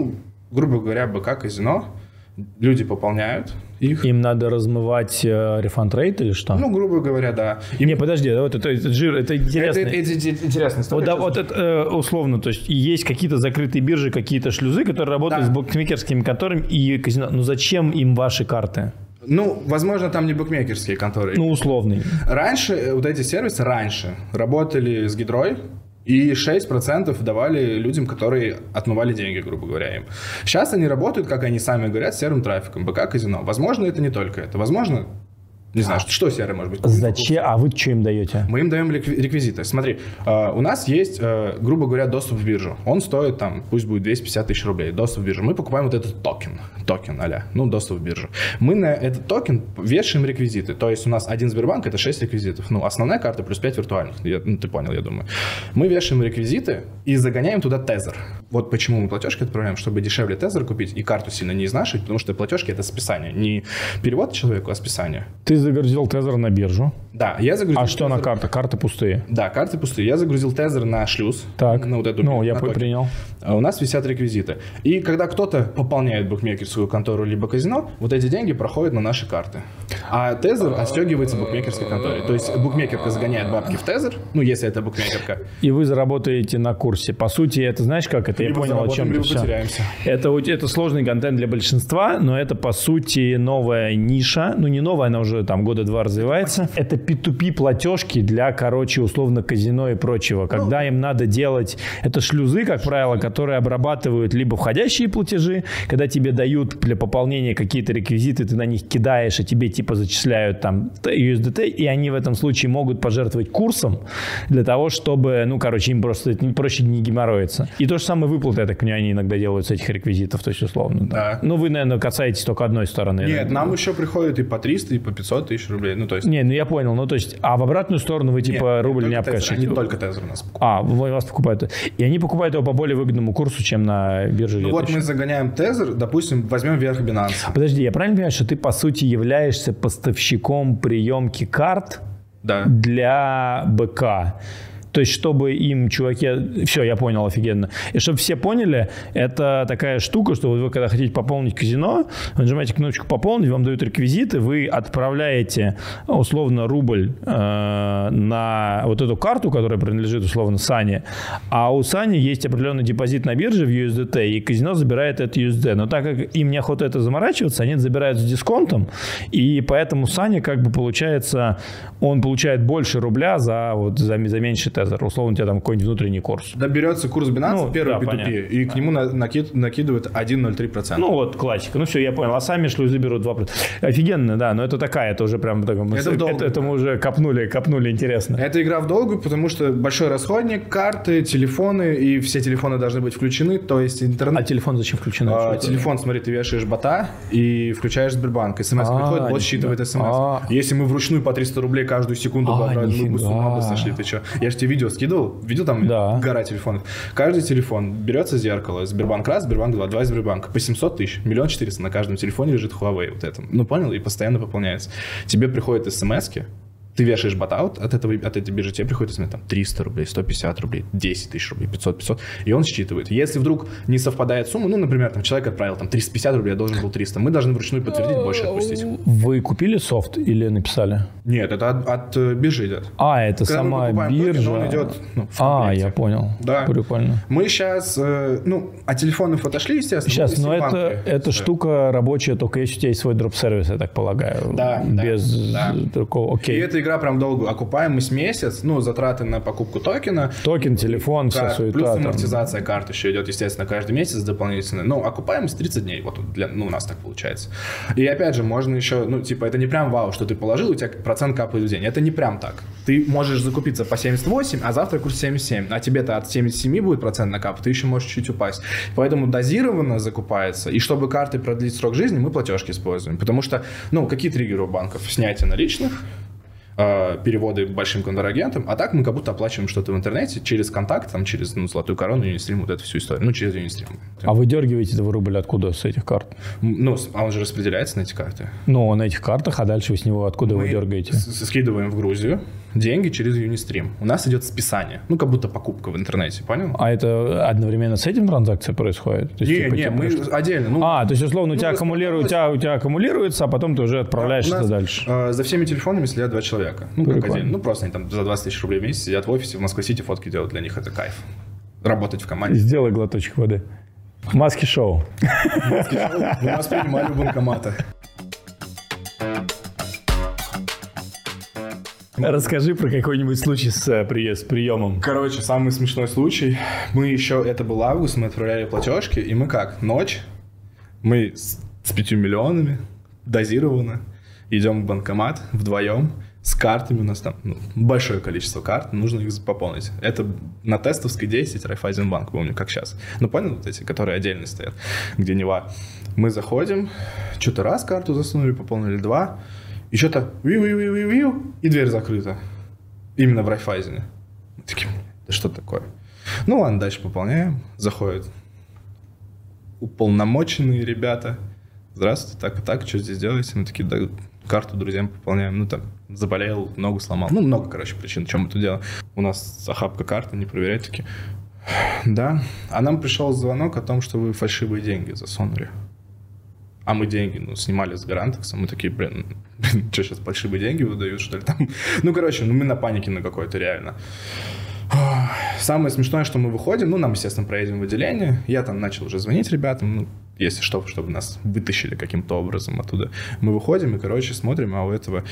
Грубо говоря, БК, казино. Люди пополняют их. Им надо размывать рефанд-рейт или что? Грубо говоря, да. Не, подожди, вот это жир, это интересно. Это интересная история. Вот это условно, то есть есть какие-то закрытые биржи, какие-то шлюзы, которые работают с букмекерскими конторами и казино. Зачем им ваши карты? Возможно, там не букмекерские конторы. Условные. Раньше вот эти сервисы работали с Гидрой. И 6% давали людям, которые отмывали деньги, грубо говоря, им. Сейчас они работают, как они сами говорят, с серым трафиком, БК казино. Возможно, это не только это. Возможно, не знаю, что серое может быть. Зачем? А вы что им даете? Мы им даем реквизиты. Смотри, у нас есть, грубо говоря, доступ в биржу. Он стоит пусть будет 250 тысяч рублей. Доступ в биржу. Мы покупаем вот этот токен доступ в биржу. Мы на этот токен вешаем реквизиты. То есть у нас один Сбербанк – это 6 реквизитов. Основная карта плюс 5 виртуальных. Ты понял, я думаю. Мы вешаем реквизиты и загоняем туда тезер. Вот почему мы платежки отправляем, чтобы дешевле тезер купить и карту сильно не изнашивать, потому что платежки – это списание. Не перевод человеку, а списание. Ты загрузил тезер на биржу. Да, я загрузил. А что на карты? Карты пустые. Да, карты пустые. Я загрузил тезер на шлюз. Так. На вот эту я принял. У нас висят реквизиты. И когда кто-то пополняет букмекерскую контору либо казино, вот эти деньги проходят на наши карты. А тезер отстегивается букмекерской конторе. То есть букмекерка загоняет бабки в тезер, если это букмекерка. И вы заработаете на курсе. По сути, это знаешь как? Это либо я понял, о чем ты. Потеряемся. Это сложный контент для большинства, но это по сути новая ниша. Не новая, она уже года 2 развивается. Это P2P платежки для, условно, казино и прочего. Когда им надо делать... Это шлюзы, как правило, которые обрабатывают либо входящие платежи, когда тебе дают для пополнения какие-то реквизиты, ты на них кидаешь, и тебе зачисляют USDT, и они в этом случае могут пожертвовать курсом для того, чтобы, им просто проще не геморроиться. И то же самое выплаты, я так понимаю, они иногда делают с этих реквизитов, то есть условно. Да. Вы, наверное, касаетесь только одной стороны. Нет, нам еще приходят и по 300, и по 500 тысяч рублей. Я понял. А в обратную сторону вы рубль не обкашиваете? Они только тезер у нас покупают. Вы вас покупают. И они покупают его по более выгодному курсу, чем на бирже. Мы загоняем тезер, допустим, возьмем вверх Binance. Подожди, я правильно понимаю, что ты, по сути, являешься поставщиком приемки карт для БК? То есть, чтобы им, чуваки... Все, я понял, офигенно. И чтобы все поняли, это такая штука, что вы когда хотите пополнить казино, вы нажимаете кнопочку «Пополнить», вам дают реквизиты, вы отправляете, условно, рубль на вот эту карту, которая принадлежит, условно, Сане, а у Сани есть определенный депозит на бирже в USDT, и казино забирает этот USD. Но так как им неохота это заморачиваться, они это забирают с дисконтом, и поэтому Саня, как бы, получается, он получает больше рубля за меньший тезер. Условно, у тебя там какой-нибудь внутренний курс. Да, берется курс Binance, первый P2P, понятно. и к нему накидывают 1,03%. Ну, вот, классика. Ну, все, я понял. А сами шлюзы берут 2%. Офигенно, да, но это такая, это уже прям... Это мы уже копнули интересно. Это игра в долгую, потому что большой расходник, карты, телефоны, и все телефоны должны быть включены, то есть интернет... А телефон зачем включен? Телефон, смотри, ты вешаешь бота и включаешь Сбербанк. СМС приходит, бот считывает СМС. Если мы вручную по 300 рублей каждую секунду мы бы с ума сошли, ты что? Я же тебе видео скидывал, видел там гора телефонов. Каждый телефон берется зеркало, Сбербанк раз, Сбербанк два, два Сбербанка, по 700 тысяч, 1 400 000 на каждом телефоне лежит Huawei вот этом. Ну, понял? И постоянно пополняется. Тебе приходят СМСки, ты вешаешь бота от этой биржи, тебе приходит смс, там 300 рублей, 150 рублей, 10 тысяч рублей, 500, и он считывает. Если вдруг не совпадает сумма, ну, например, там человек отправил там 350 рублей, я должен был 300, мы должны вручную подтвердить, больше отпустить. Вы купили софт или написали? Нет, это от биржи идет. Это когда сама биржа? Он идет, я понял. Да. Прикольно. Мы сейчас, от телефонов отошли, естественно. Сейчас, но эта штука рабочая, только если у тебя есть свой дроп-сервис, я так полагаю. Без такого, окей. И эта игра прям долго. Окупаемость месяц, затраты на покупку токена. Токен, телефон, вся суета. Плюс амортизация карт еще идет, естественно, каждый месяц дополнительно. Окупаемость 30 дней, вот у нас так получается. И опять же, можно еще, это не прям вау, что ты положил, у тебя процент капает в день. Это не прям так. Ты можешь закупиться по 78, а завтра курс 77. А тебе-то от 77 будет процент на кап, ты еще можешь чуть упасть. Поэтому дозированно закупается. И чтобы карты продлить срок жизни, мы платежки используем. Потому что, какие триггеры у банков? Снятие наличных, переводы большим контрагентам, а так мы как будто оплачиваем что-то в интернете через контакт, там, через Золотую Корону, Юнистрим, вот эту всю историю. Через Юнистрим. А вы дергиваете этого рубль откуда с этих карт? Он же распределяется на эти карты. На этих картах, а дальше вы с него откуда вы дергаете? Скидываем в Грузию деньги через Юнистрим. У нас идет списание. Как будто покупка в интернете, понял? А это одновременно с этим транзакция происходит? Не, мы отдельно. То есть, условно, у тебя аккумулируется, а потом ты уже отправляешь это дальше. За всеми телефонами следят 2 человека. Как отдельно. Просто они там за 20 тысяч рублей в месяц сидят в офисе, в Москва-Сити фотки делают. Для них это кайф. Работать в команде. Сделай глоточек воды. Маски-шоу. У нас принимали у банкомата. Расскажи про какой-нибудь случай с приемом. Короче, самый смешной случай. Это был август, мы отправляли платежки, и мы ночь, мы с 5 миллионами, дозированно, идем в банкомат вдвоем, с картами, у нас там большое количество карт, нужно их пополнить. Это на Тестовской 10, Райфайзенбанк, помню, как сейчас. Понял, вот эти, которые отдельно стоят, где Нева. Мы заходим, что-то раз карту засунули, пополнили 2, и что-то и дверь закрыта. Именно в Райфайзене. Мы такие, да что такое? Ладно, дальше пополняем. Заходят уполномоченные ребята. Здравствуйте, так и так, что здесь делаете? Мы такие, да, карту друзьям пополняем. Заболел, ногу сломал. Много, причин, чем мы тут делаем. У нас охапка карты, не проверяют, такие. Да. А нам пришел звонок о том, что вы фальшивые деньги засунули. А мы деньги, снимали с Гарантекса. Мы такие, что сейчас фальшивые деньги выдают, что ли, там? Мы на панике на какой-то реально. Самое смешное, что мы выходим, нам, естественно, проедем в отделение. Я там начал уже звонить ребятам, если что, чтобы нас вытащили каким-то образом оттуда. Мы выходим и, смотрим, а у этого,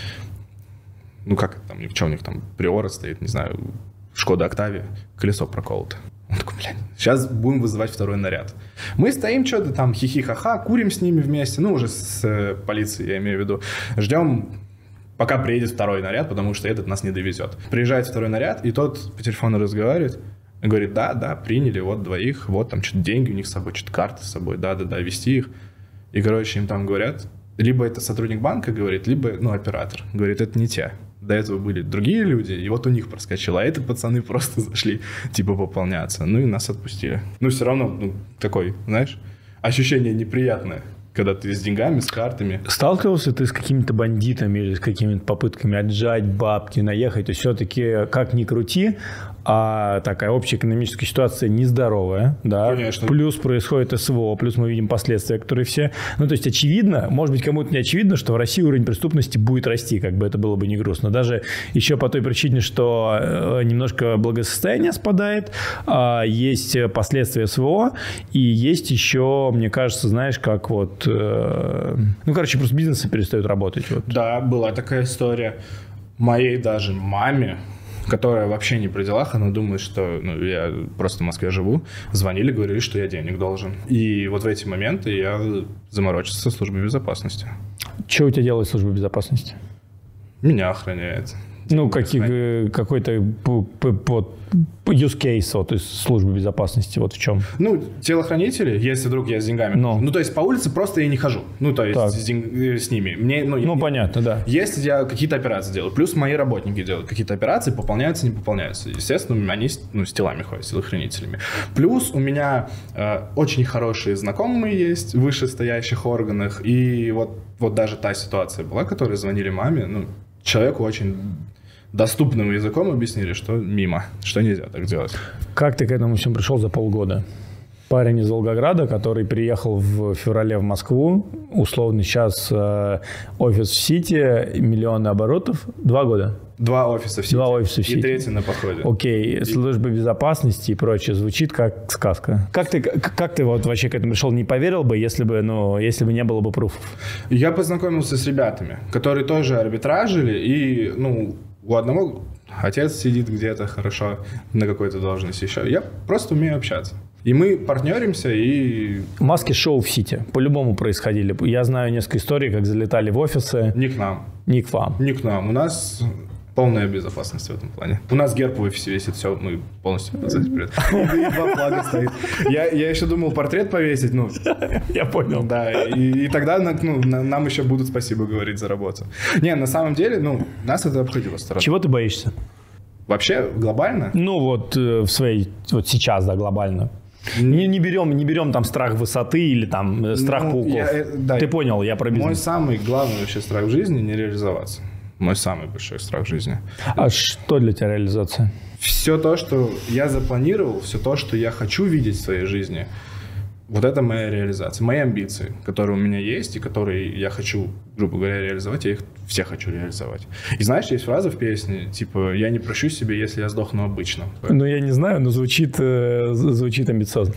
что у них там, Приора стоит, не знаю, Шкода Октавия, колесо проколото. Он такой, сейчас будем вызывать второй наряд. Мы стоим что-то там, хихи-ха-ха, курим с ними вместе, уже с полицией, я имею в виду. Ждем, пока приедет второй наряд, потому что этот нас не довезет. Приезжает второй наряд, и тот по телефону разговаривает, и говорит, да, приняли, вот 2, вот там что-то деньги у них с собой, что-то карты с собой, да, везти их. И, им там говорят, либо это сотрудник банка говорит, либо, оператор. Говорит, это не те. До этого были другие люди, и вот у них проскочило. А это пацаны просто зашли, пополняться. И нас отпустили. Все равно, такой, знаешь, ощущение неприятное, когда ты с деньгами, с картами. Сталкивался ты с какими-то бандитами или с какими-то попытками отжать бабки, наехать? То есть все-таки, как ни крути, а такая общая экономическая ситуация нездоровая, да, Конечно. плюс происходит СВО, плюс мы видим последствия, которые все... Ну, то есть, очевидно, может быть, кому-то не очевидно, что в России уровень преступности будет расти, как бы это было бы не грустно. Даже еще по той причине, что немножко благосостояние спадает, есть последствия СВО, и есть еще, мне кажется, знаешь, как вот... Ну, короче, просто бизнесы перестают работать. Вот. Да, была такая история. Моей даже маме, которая вообще не при делах, она думает, что я просто в Москве живу, звонили, говорили, что я денег должен. И вот в эти моменты я заморочился со службой безопасности. Что у тебя делает служба безопасности? Меня охраняет. Ну, какой-то use case вот, из службы безопасности, вот в чем? Ну, телохранители, если вдруг я с деньгами. Ну, то есть по улице просто я не хожу. Ну, то есть с ними. Мне, понятно, да. Если я какие-то операции делаю, плюс мои работники делают какие-то операции, пополняются, не пополняются. Естественно, они с телами ходят, с телохранителями. Плюс у меня очень хорошие знакомые есть в вышестоящих органах. И вот даже та ситуация была, которой звонили маме, человеку очень доступным языком объяснили, что мимо, что нельзя так делать. Как ты к этому всему пришел за полгода? Парень из Волгограда, который приехал в феврале в Москву, условно сейчас офис в Сити, миллионы оборотов, 2 года. 2 офиса в Сити. 2 офиса в Сити. И 3 на подходе. Окей, служба безопасности и прочее звучит как сказка. Как ты вот вообще к этому пришел? Не поверил бы, если бы не было бы пруфов? Я познакомился с ребятами, которые тоже арбитражили, и, у одного отец сидит где-то хорошо на какой-то должности еще. Я просто умею общаться. И мы партнеримся, и... Маски-шоу в Сити по-любому происходили. Я знаю несколько историй, как залетали в офисы. Не к нам. Не к вам. Не к нам. У нас полная безопасность в этом плане. У нас герб в офисе висит, все, мы полностью под запрет. И 2 флага стоит. Я еще думал портрет повесить, Я понял. Да, и тогда нам еще будут спасибо говорить за работу. Не, на самом деле, нас это обходило стороной. Чего ты боишься? Вообще, глобально? В своей... Вот сейчас, да, глобально. Не берем там страх высоты или там страх пауков. Ты понял, я про бизнес. Мой самый главный вообще страх в жизни – не реализоваться. Мой самый большой страх в жизни. А что для тебя реализация? Все то, что я запланировал, все то, что я хочу видеть в своей жизни, вот это моя реализация. Мои амбиции, которые у меня есть и которые я хочу, грубо говоря, реализовать, я их все хочу реализовать. И знаешь, есть фраза в песне, типа, я не прощу себе, если я сдохну обычно. Я не знаю, но звучит амбициозно.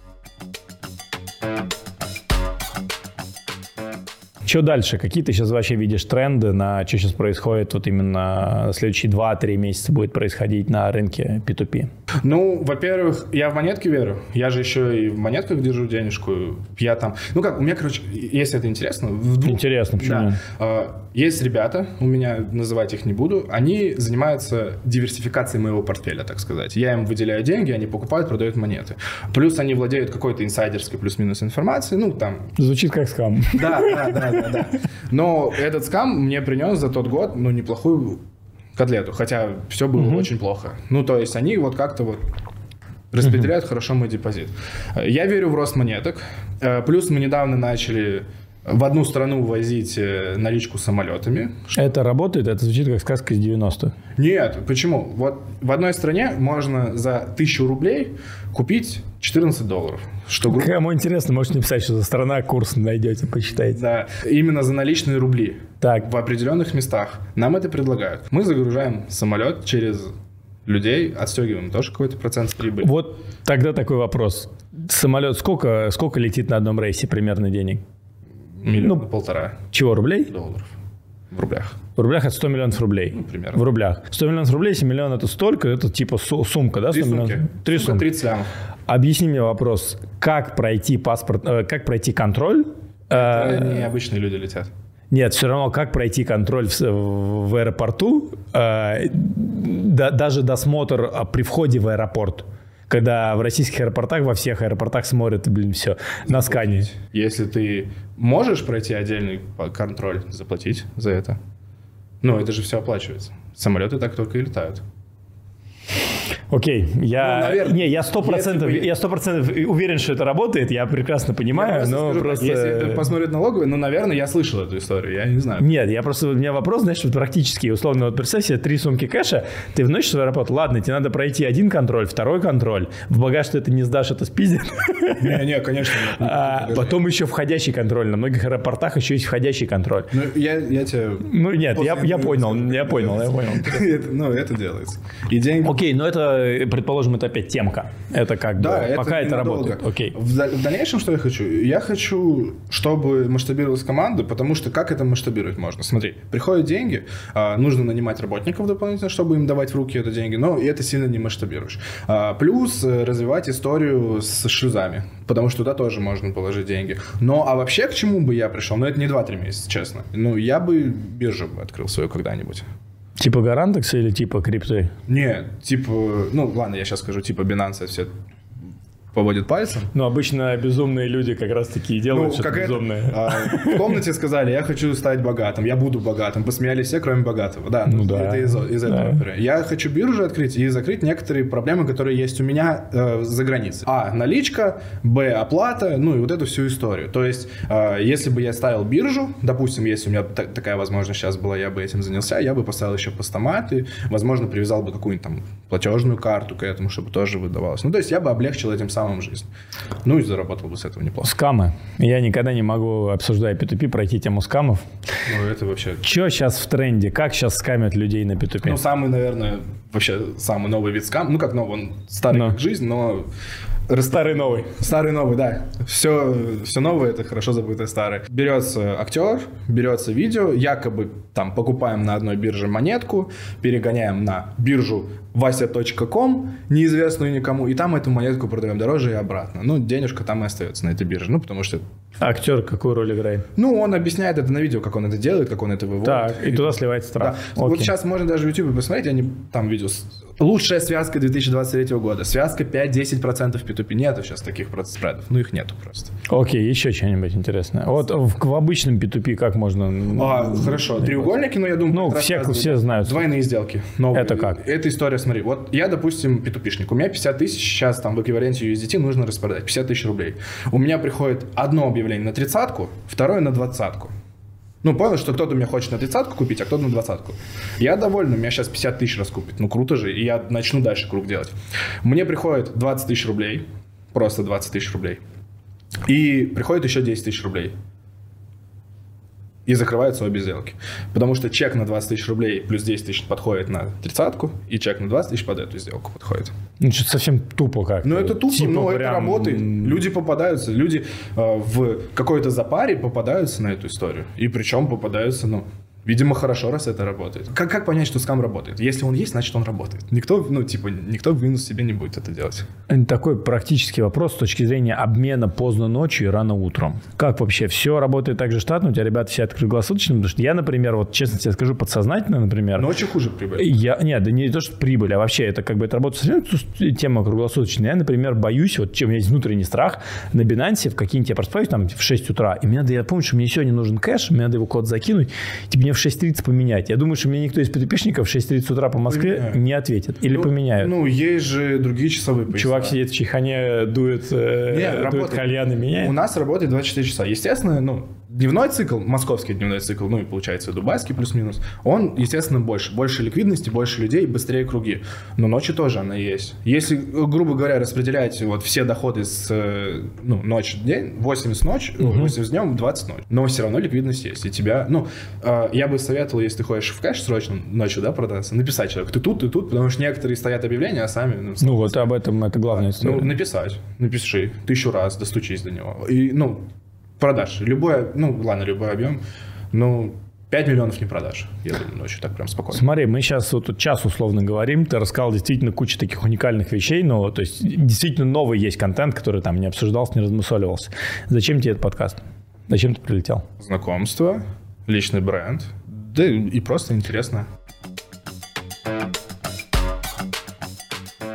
Что дальше? Какие ты сейчас вообще видишь тренды на что сейчас происходит, вот именно следующие 2-3 месяца будет происходить на рынке P2P? Во-первых, я в монетки верю. Я же еще и в монетках держу денежку. Я там... у меня, если это интересно... Интересно, почему нет? Есть ребята, у меня называть их не буду, они занимаются диверсификацией моего портфеля, так сказать. Я им выделяю деньги, они покупают, продают монеты. Плюс они владеют какой-то инсайдерской плюс-минус информацией, Звучит как скам. Да. Но этот скам мне принес за тот год, неплохую котлету, хотя все было очень плохо. То есть они как-то распределяют хорошо мой депозит. Я верю в рост монеток. Плюс мы недавно начали в одну страну возить наличку самолетами. Это работает? Это звучит как сказка из 90-х. Нет, почему? Вот в одной стране можно за 1000 рублей купить $14. Кому интересно, можете написать, что за страна, курс найдете, почитайте. Да, именно за наличные рубли. Так. В определенных местах. Нам это предлагают. Мы загружаем самолет через людей, отстегиваем тоже какой-то процент с прибыли. Вот тогда такой вопрос. Самолет сколько летит на одном рейсе примерно денег? 1,5 миллиона. Чего, рублей? Долларов. В рублях. В рублях это 100 миллионов рублей. Примерно. В рублях. 100 миллионов рублей, 7 миллионов это столько, это типа сумка, да? 3 сумки. 3 сумки. 30 лямов. Объясни мне вопрос, как пройти как пройти контроль? Это не обычные люди летят. Нет, все равно, как пройти контроль в аэропорту, даже досмотр при входе в аэропорт. Когда в российских аэропортах, во всех аэропортах смотрят, все, на скане. Если ты можешь пройти отдельный контроль, заплатить за это. Это же все оплачивается. Самолеты так только и летают. Окей, наверное, я 100% уверен, что это работает, я прекрасно понимаю, но просто... Если это посмотреть налоговые, наверное, я слышал эту историю, я не знаю. Нет, у меня вопрос, знаешь, вот практически, условно, вот представь себе 3 сумки кэша, ты вносишь в аэропорт, ладно, тебе надо пройти 1 контроль, 2 контроль, в багаж ты это не сдашь, это спиздит. Не, конечно. Потом еще входящий контроль, на многих аэропортах еще есть входящий контроль. Ну, я тебе... Ну, нет, я понял. Это делается. И деньги... Окей, но это, предположим, это опять темка. Это как бы, пока это работает. Окей. В дальнейшем что я хочу? Я хочу, чтобы масштабировалась команда, потому что как это масштабировать можно? Смотри, приходят деньги, нужно нанимать работников дополнительно, чтобы им давать в руки это деньги, но и это сильно не масштабируешь. Плюс развивать историю с шлюзами, потому что туда тоже можно положить деньги. А вообще к чему бы я пришел? Это не 2-3 месяца, честно. Я бы биржу открыл свою когда-нибудь. Типа Garantix или типа крипты? Нет, ладно, я сейчас скажу, Binance все поводят пальцем. Но обычно безумные люди как раз таки и делают что-то безумное. В комнате сказали, я хочу стать богатым, я буду богатым. Посмеялись все, кроме богатого. Да, это из этого. Я хочу биржу открыть и закрыть некоторые проблемы, которые есть у меня за границей. Наличка, оплата, и вот эту всю историю. То есть, если бы я ставил биржу, допустим, если у меня такая возможность сейчас была, я бы этим занялся, я бы поставил еще постамат и, возможно, привязал бы какую-нибудь там платежную карту к этому, чтобы тоже выдавалось. То есть, я бы облегчил этим самым жизнь. И заработал бы с этого неплохо. Скамы. Я никогда не могу, обсуждая P2P, пройти тему скамов. Это вообще... Что сейчас в тренде? Как сейчас скамят людей на P2P? Самый, наверное, вообще самый новый вид скам. Как новый, он старый как жизнь, но... Старый новый. Старый новый, да. Все новое, это хорошо забытое старое. Берется актер, берется видео, якобы там покупаем на одной бирже монетку, перегоняем на биржу Вася.ком, неизвестную никому, и там эту монетку продаем дороже и обратно. Денежка там и остается на этой бирже, потому что... Актер какую роль играет? Он объясняет это на видео, как он это делает, как он это выводит. Так, и туда сливается штраф. Да. Вот сейчас можно даже в YouTube посмотреть, они там видео... Лучшая связка 2023 года. Связка 5-10% P2P. Нету сейчас таких спредов. Их нету просто. Окей, еще что-нибудь интересное. Вот в обычном P2P как можно... Хорошо. Треугольники, я думаю... все знают. Двойные сделки. Новые. Это как? Эта история, смотри. Вот я, допустим, P2P-шник. У меня 50 тысяч сейчас там в эквиваленте USDT нужно распродать. 50 тысяч рублей. У меня приходит одно объявление на 30-ку, второе на 20-ку. Понял, что кто-то меня хочет на 30-ку купить, а кто-то на 20-ку. Я доволен, у меня сейчас 50 тысяч раскупит. Круто же, и я начну дальше круг делать. Мне приходит 20 тысяч рублей, просто 20 тысяч рублей. И приходит еще 10 тысяч рублей. И закрываются обе сделки. Потому что чек на 20 тысяч рублей плюс 10 тысяч подходит на 30-ку, и чек на 20 тысяч под эту сделку подходит. Что-то совсем тупо как-то. Это тупо, но прям... это работает. Люди попадаются, люди в какой-то запаре попадаются на эту историю. И причем попадаются, видимо, хорошо, раз это работает. Как понять, что скам работает? Если он есть, значит, он работает. Никто в минус себе не будет это делать. Такой практический вопрос с точки зрения обмена поздно ночью и рано утром. Как вообще? Все работает так же штатно? У тебя ребята все круглосуточно? Потому что я, например, честно тебе скажу, подсознательно, например... Ночью хуже прибыль. Нет, не то, что прибыль, а вообще это это работает совсем тема круглосуточная. Я, например, боюсь, чем у меня есть внутренний страх, на Binance в какие-нибудь я просыпаюсь там в 6 утра, и я помню, что мне сегодня нужен кэш, мне надо его куда-то закинуть, мне в 6:30 поменять. Я думаю, что мне никто из P2P-шников в 6:30 утра по Москве не ответит. Или поменяют. Есть же другие часовые пояса. Чувак сидит в чайхане, дует кальян и меняет. У нас работает 24 часа. Естественно, дневной цикл, московский дневной цикл, и получается дубайский плюс-минус, он, естественно, больше. Больше ликвидности, больше людей, быстрее круги. Но ночью тоже она есть. Если, грубо говоря, распределять все доходы с ночь в день, 80 ночь, 80 днем, 20 ночь. Но все равно ликвидность есть. И тебя, я бы советовал, если ты ходишь в кэш срочно ночью, продаться, написать человеку, ты тут, потому что некоторые стоят объявления, а сами... об этом это главная история. Напиши 1000 раз, достучись до него. И, продашь. Любой объем, 5 миллионов не продашь. Я думаю, ночью так прям спокойно. Смотри, мы сейчас тут час условно говорим, ты рассказал действительно кучу таких уникальных вещей, то есть действительно новый есть контент, который там не обсуждался, не размусоливался. Зачем тебе этот подкаст? Зачем ты прилетел? Знакомство, личный бренд, да и просто интересно.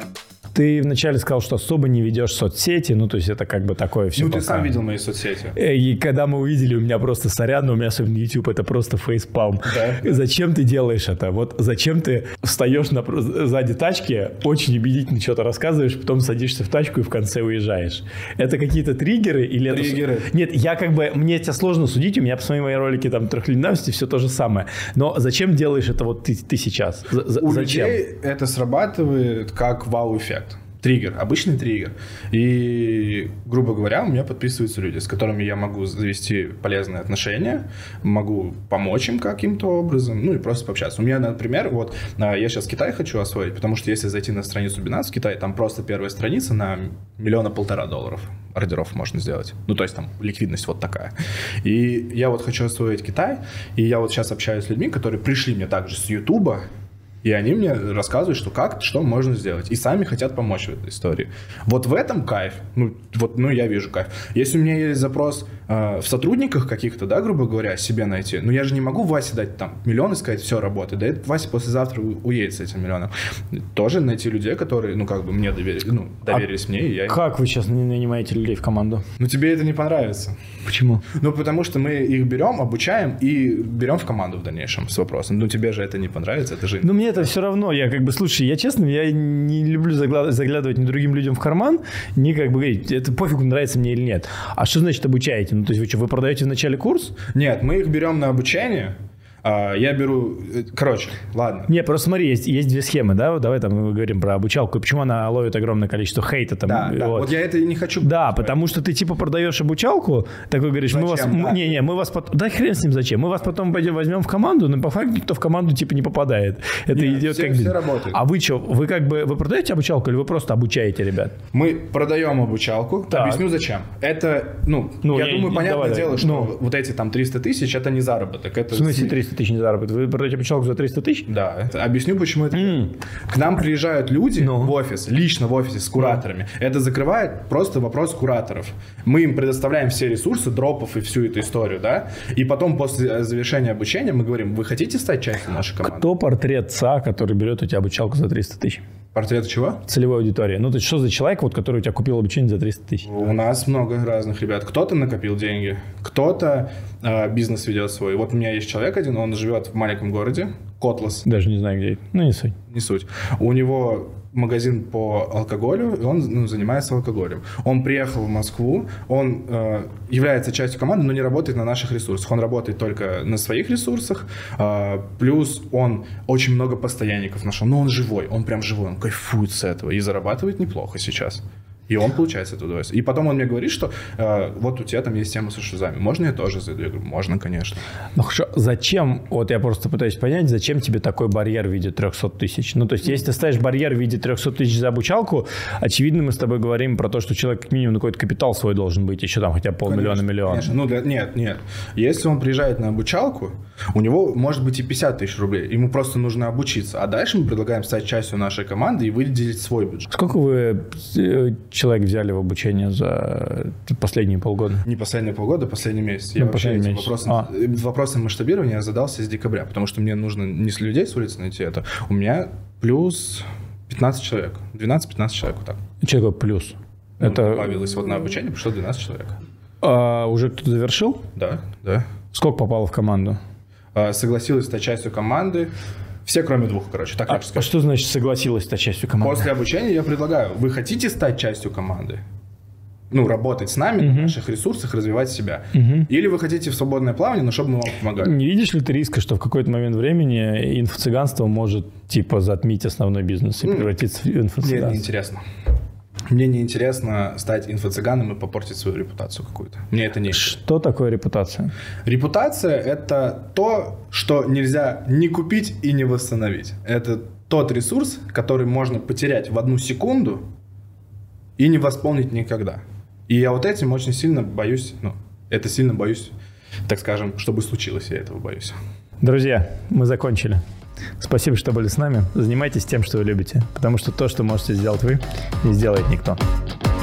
Ты вначале сказал, что особо не ведешь соцсети, ну, то есть это как бы такое все. Ну, ты сам видел мои соцсети. И когда мы увидели, у меня просто сорян, но у меня особенно YouTube, это просто фейспалм. Да. Зачем ты делаешь это? Вот зачем ты встаешь сзади тачки, очень убедительно что-то рассказываешь, потом садишься в тачку и в конце уезжаешь. Это какие-то триггеры? Или триггеры. Это... Нет, я как бы, мне это сложно судить, у меня, посмотри мои ролики там 3-летней давности, все то же самое. Но зачем делаешь это вот ты сейчас? У зачем? людей это срабатывает как вау-эффект. Триггер, обычный триггер. И, грубо говоря, у меня подписываются люди, с которыми я могу завести полезные отношения, могу помочь им каким-то образом, ну и просто пообщаться. У меня, например, вот я сейчас Китай хочу освоить, потому что если зайти на страницу Binance в Китае, там просто первая страница на $1,5 миллиона ордеров можно сделать. Ну, то есть там ликвидность вот такая. И я вот хочу освоить Китай, и я вот сейчас общаюсь с людьми, которые пришли мне также с Ютуба, и они мне рассказывают, что можно сделать. И сами хотят помочь в этой истории. Вот в этом кайф. Ну, я вижу кайф. Если у меня есть запрос в сотрудниках каких-то, да, грубо говоря, себе найти, ну, я же не могу Васе дать там $1 сказать, все, работает. Да, Вася послезавтра уедет с этим $1 миллионом. Тоже найти людей, которые, ну, как бы мне доверились мне. И я... Как вы сейчас не нанимаете людей в команду? Ну, тебе это не понравится. Почему? Ну, потому что мы их берем, обучаем и берем в команду в дальнейшем с вопросом. Ну, тебе же это не понравится, это же... Ну, мне это все равно. Я как бы, слушай, я честно, я не люблю заглядывать ни другим людям в карман, ни как бы говорить, это пофигу, нравится мне или нет. А что значит обучаете? Ну, то есть вы что, вы продаете вначале курс? Нет, мы их берем на обучение. Я беру... Короче, ладно. Не, просто смотри, есть две схемы, да? Давай там мы говорим про обучалку. И почему она ловит огромное количество хейта там. Да, вот я это и не хочу. Да, потому что ты типа продаешь обучалку, такой говоришь, зачем? мы вас... Да. Мы вас потом... Да хрен с ним зачем. Мы вас потом возьмем в команду, но по факту никто в команду типа не попадает. Это Нет, идет все работают. А вы что, вы как бы... Вы продаете обучалку или вы просто обучаете ребят? Мы продаем обучалку. Так. Объясню зачем. Это, я думаю, понятное дело, что вот эти там 300 тысяч, это не заработок. Это... В смысле 300 тысяч не заработок? Вы продаете обучалку за 300 тысяч? Да, объясню, почему это. К нам приезжают люди в офис, лично в офисе с кураторами. Это закрывает просто вопрос кураторов. Мы им предоставляем все ресурсы, дропов и всю эту историю, да? И потом после завершения обучения мы говорим, вы хотите стать частью нашей команды? Кто портрет ЦА, который берет у тебя обучалку за 300 тысяч? Портрет чего? Целевой аудитории. Ну, то есть, что за человек, вот, который у тебя купил обучение за 300 тысяч? У нас много разных ребят. Кто-то накопил деньги, кто-то бизнес ведет свой. Вот у меня есть человек один, он живет в маленьком городе, Котлас. Даже не знаю, где это. Ну, не суть. Не суть. У него магазин по алкоголю, и он занимается алкоголем. Он приехал в Москву, он является частью команды, но не работает на наших ресурсах. Он работает только на своих ресурсах, плюс он очень много постоянников нашел. Но он живой, он прям живой, он кайфует с этого и зарабатывает неплохо сейчас. И он получает это удовольствие. И потом он мне говорит, что вот у тебя там есть тема со шизами. Можно я тоже зайду? Я говорю, можно, конечно. Ну хорошо, зачем, вот я просто пытаюсь понять, зачем тебе такой барьер в виде 300 тысяч? Ну то есть, если ты ставишь барьер в виде 300 тысяч за обучалку, очевидно, мы с тобой говорим про то, что человек как минимум какой-то капитал свой должен быть, еще там хотя бы $500,000. Конечно. Ну, нет. Если он приезжает на обучалку, у него может быть и 50 тысяч рублей. Ему просто нужно обучиться. А дальше мы предлагаем стать частью нашей команды и выделить свой бюджет. Сколько вы человек взяли в обучение за последние полгода? Не последние полгода, последний месяц. Ну, Я вообще этим вопросом масштабирования я задался с декабря, потому что мне нужно не с людей с улицы найти это. У меня плюс 15 человек. 12-15 человек вот так. Что такое плюс? Ну, это добавилось вот на обучение, пришло 12 человек. А уже кто-то завершил? Да. Сколько попало в команду? Согласилась стать частью команды. Все, кроме двух, короче. Так легче сказать. А что значит согласилась стать частью команды? После обучения я предлагаю, вы хотите стать частью команды? Ну, работать с нами на наших ресурсах, развивать себя. Или вы хотите в свободное плавание, но чтобы мы вам помогали? Не видишь ли ты риска, что в какой-то момент времени инфо-цыганство может типа затмить основной бизнес и превратиться в инфо-цыганство? Мне неинтересно. Мне неинтересно стать инфо-цыганом и попортить свою репутацию какую-то. Мне это не... Что такое репутация? Репутация – это то, что нельзя ни купить и не восстановить. Это тот ресурс, который можно потерять в 1 секунду и не восполнить никогда. И я вот этим очень сильно боюсь, сильно боюсь, так скажем, чтобы случилось, я этого боюсь. Друзья, мы закончили. Спасибо, что были с нами. Занимайтесь тем, что вы любите, потому что то, что можете сделать вы, не сделает никто.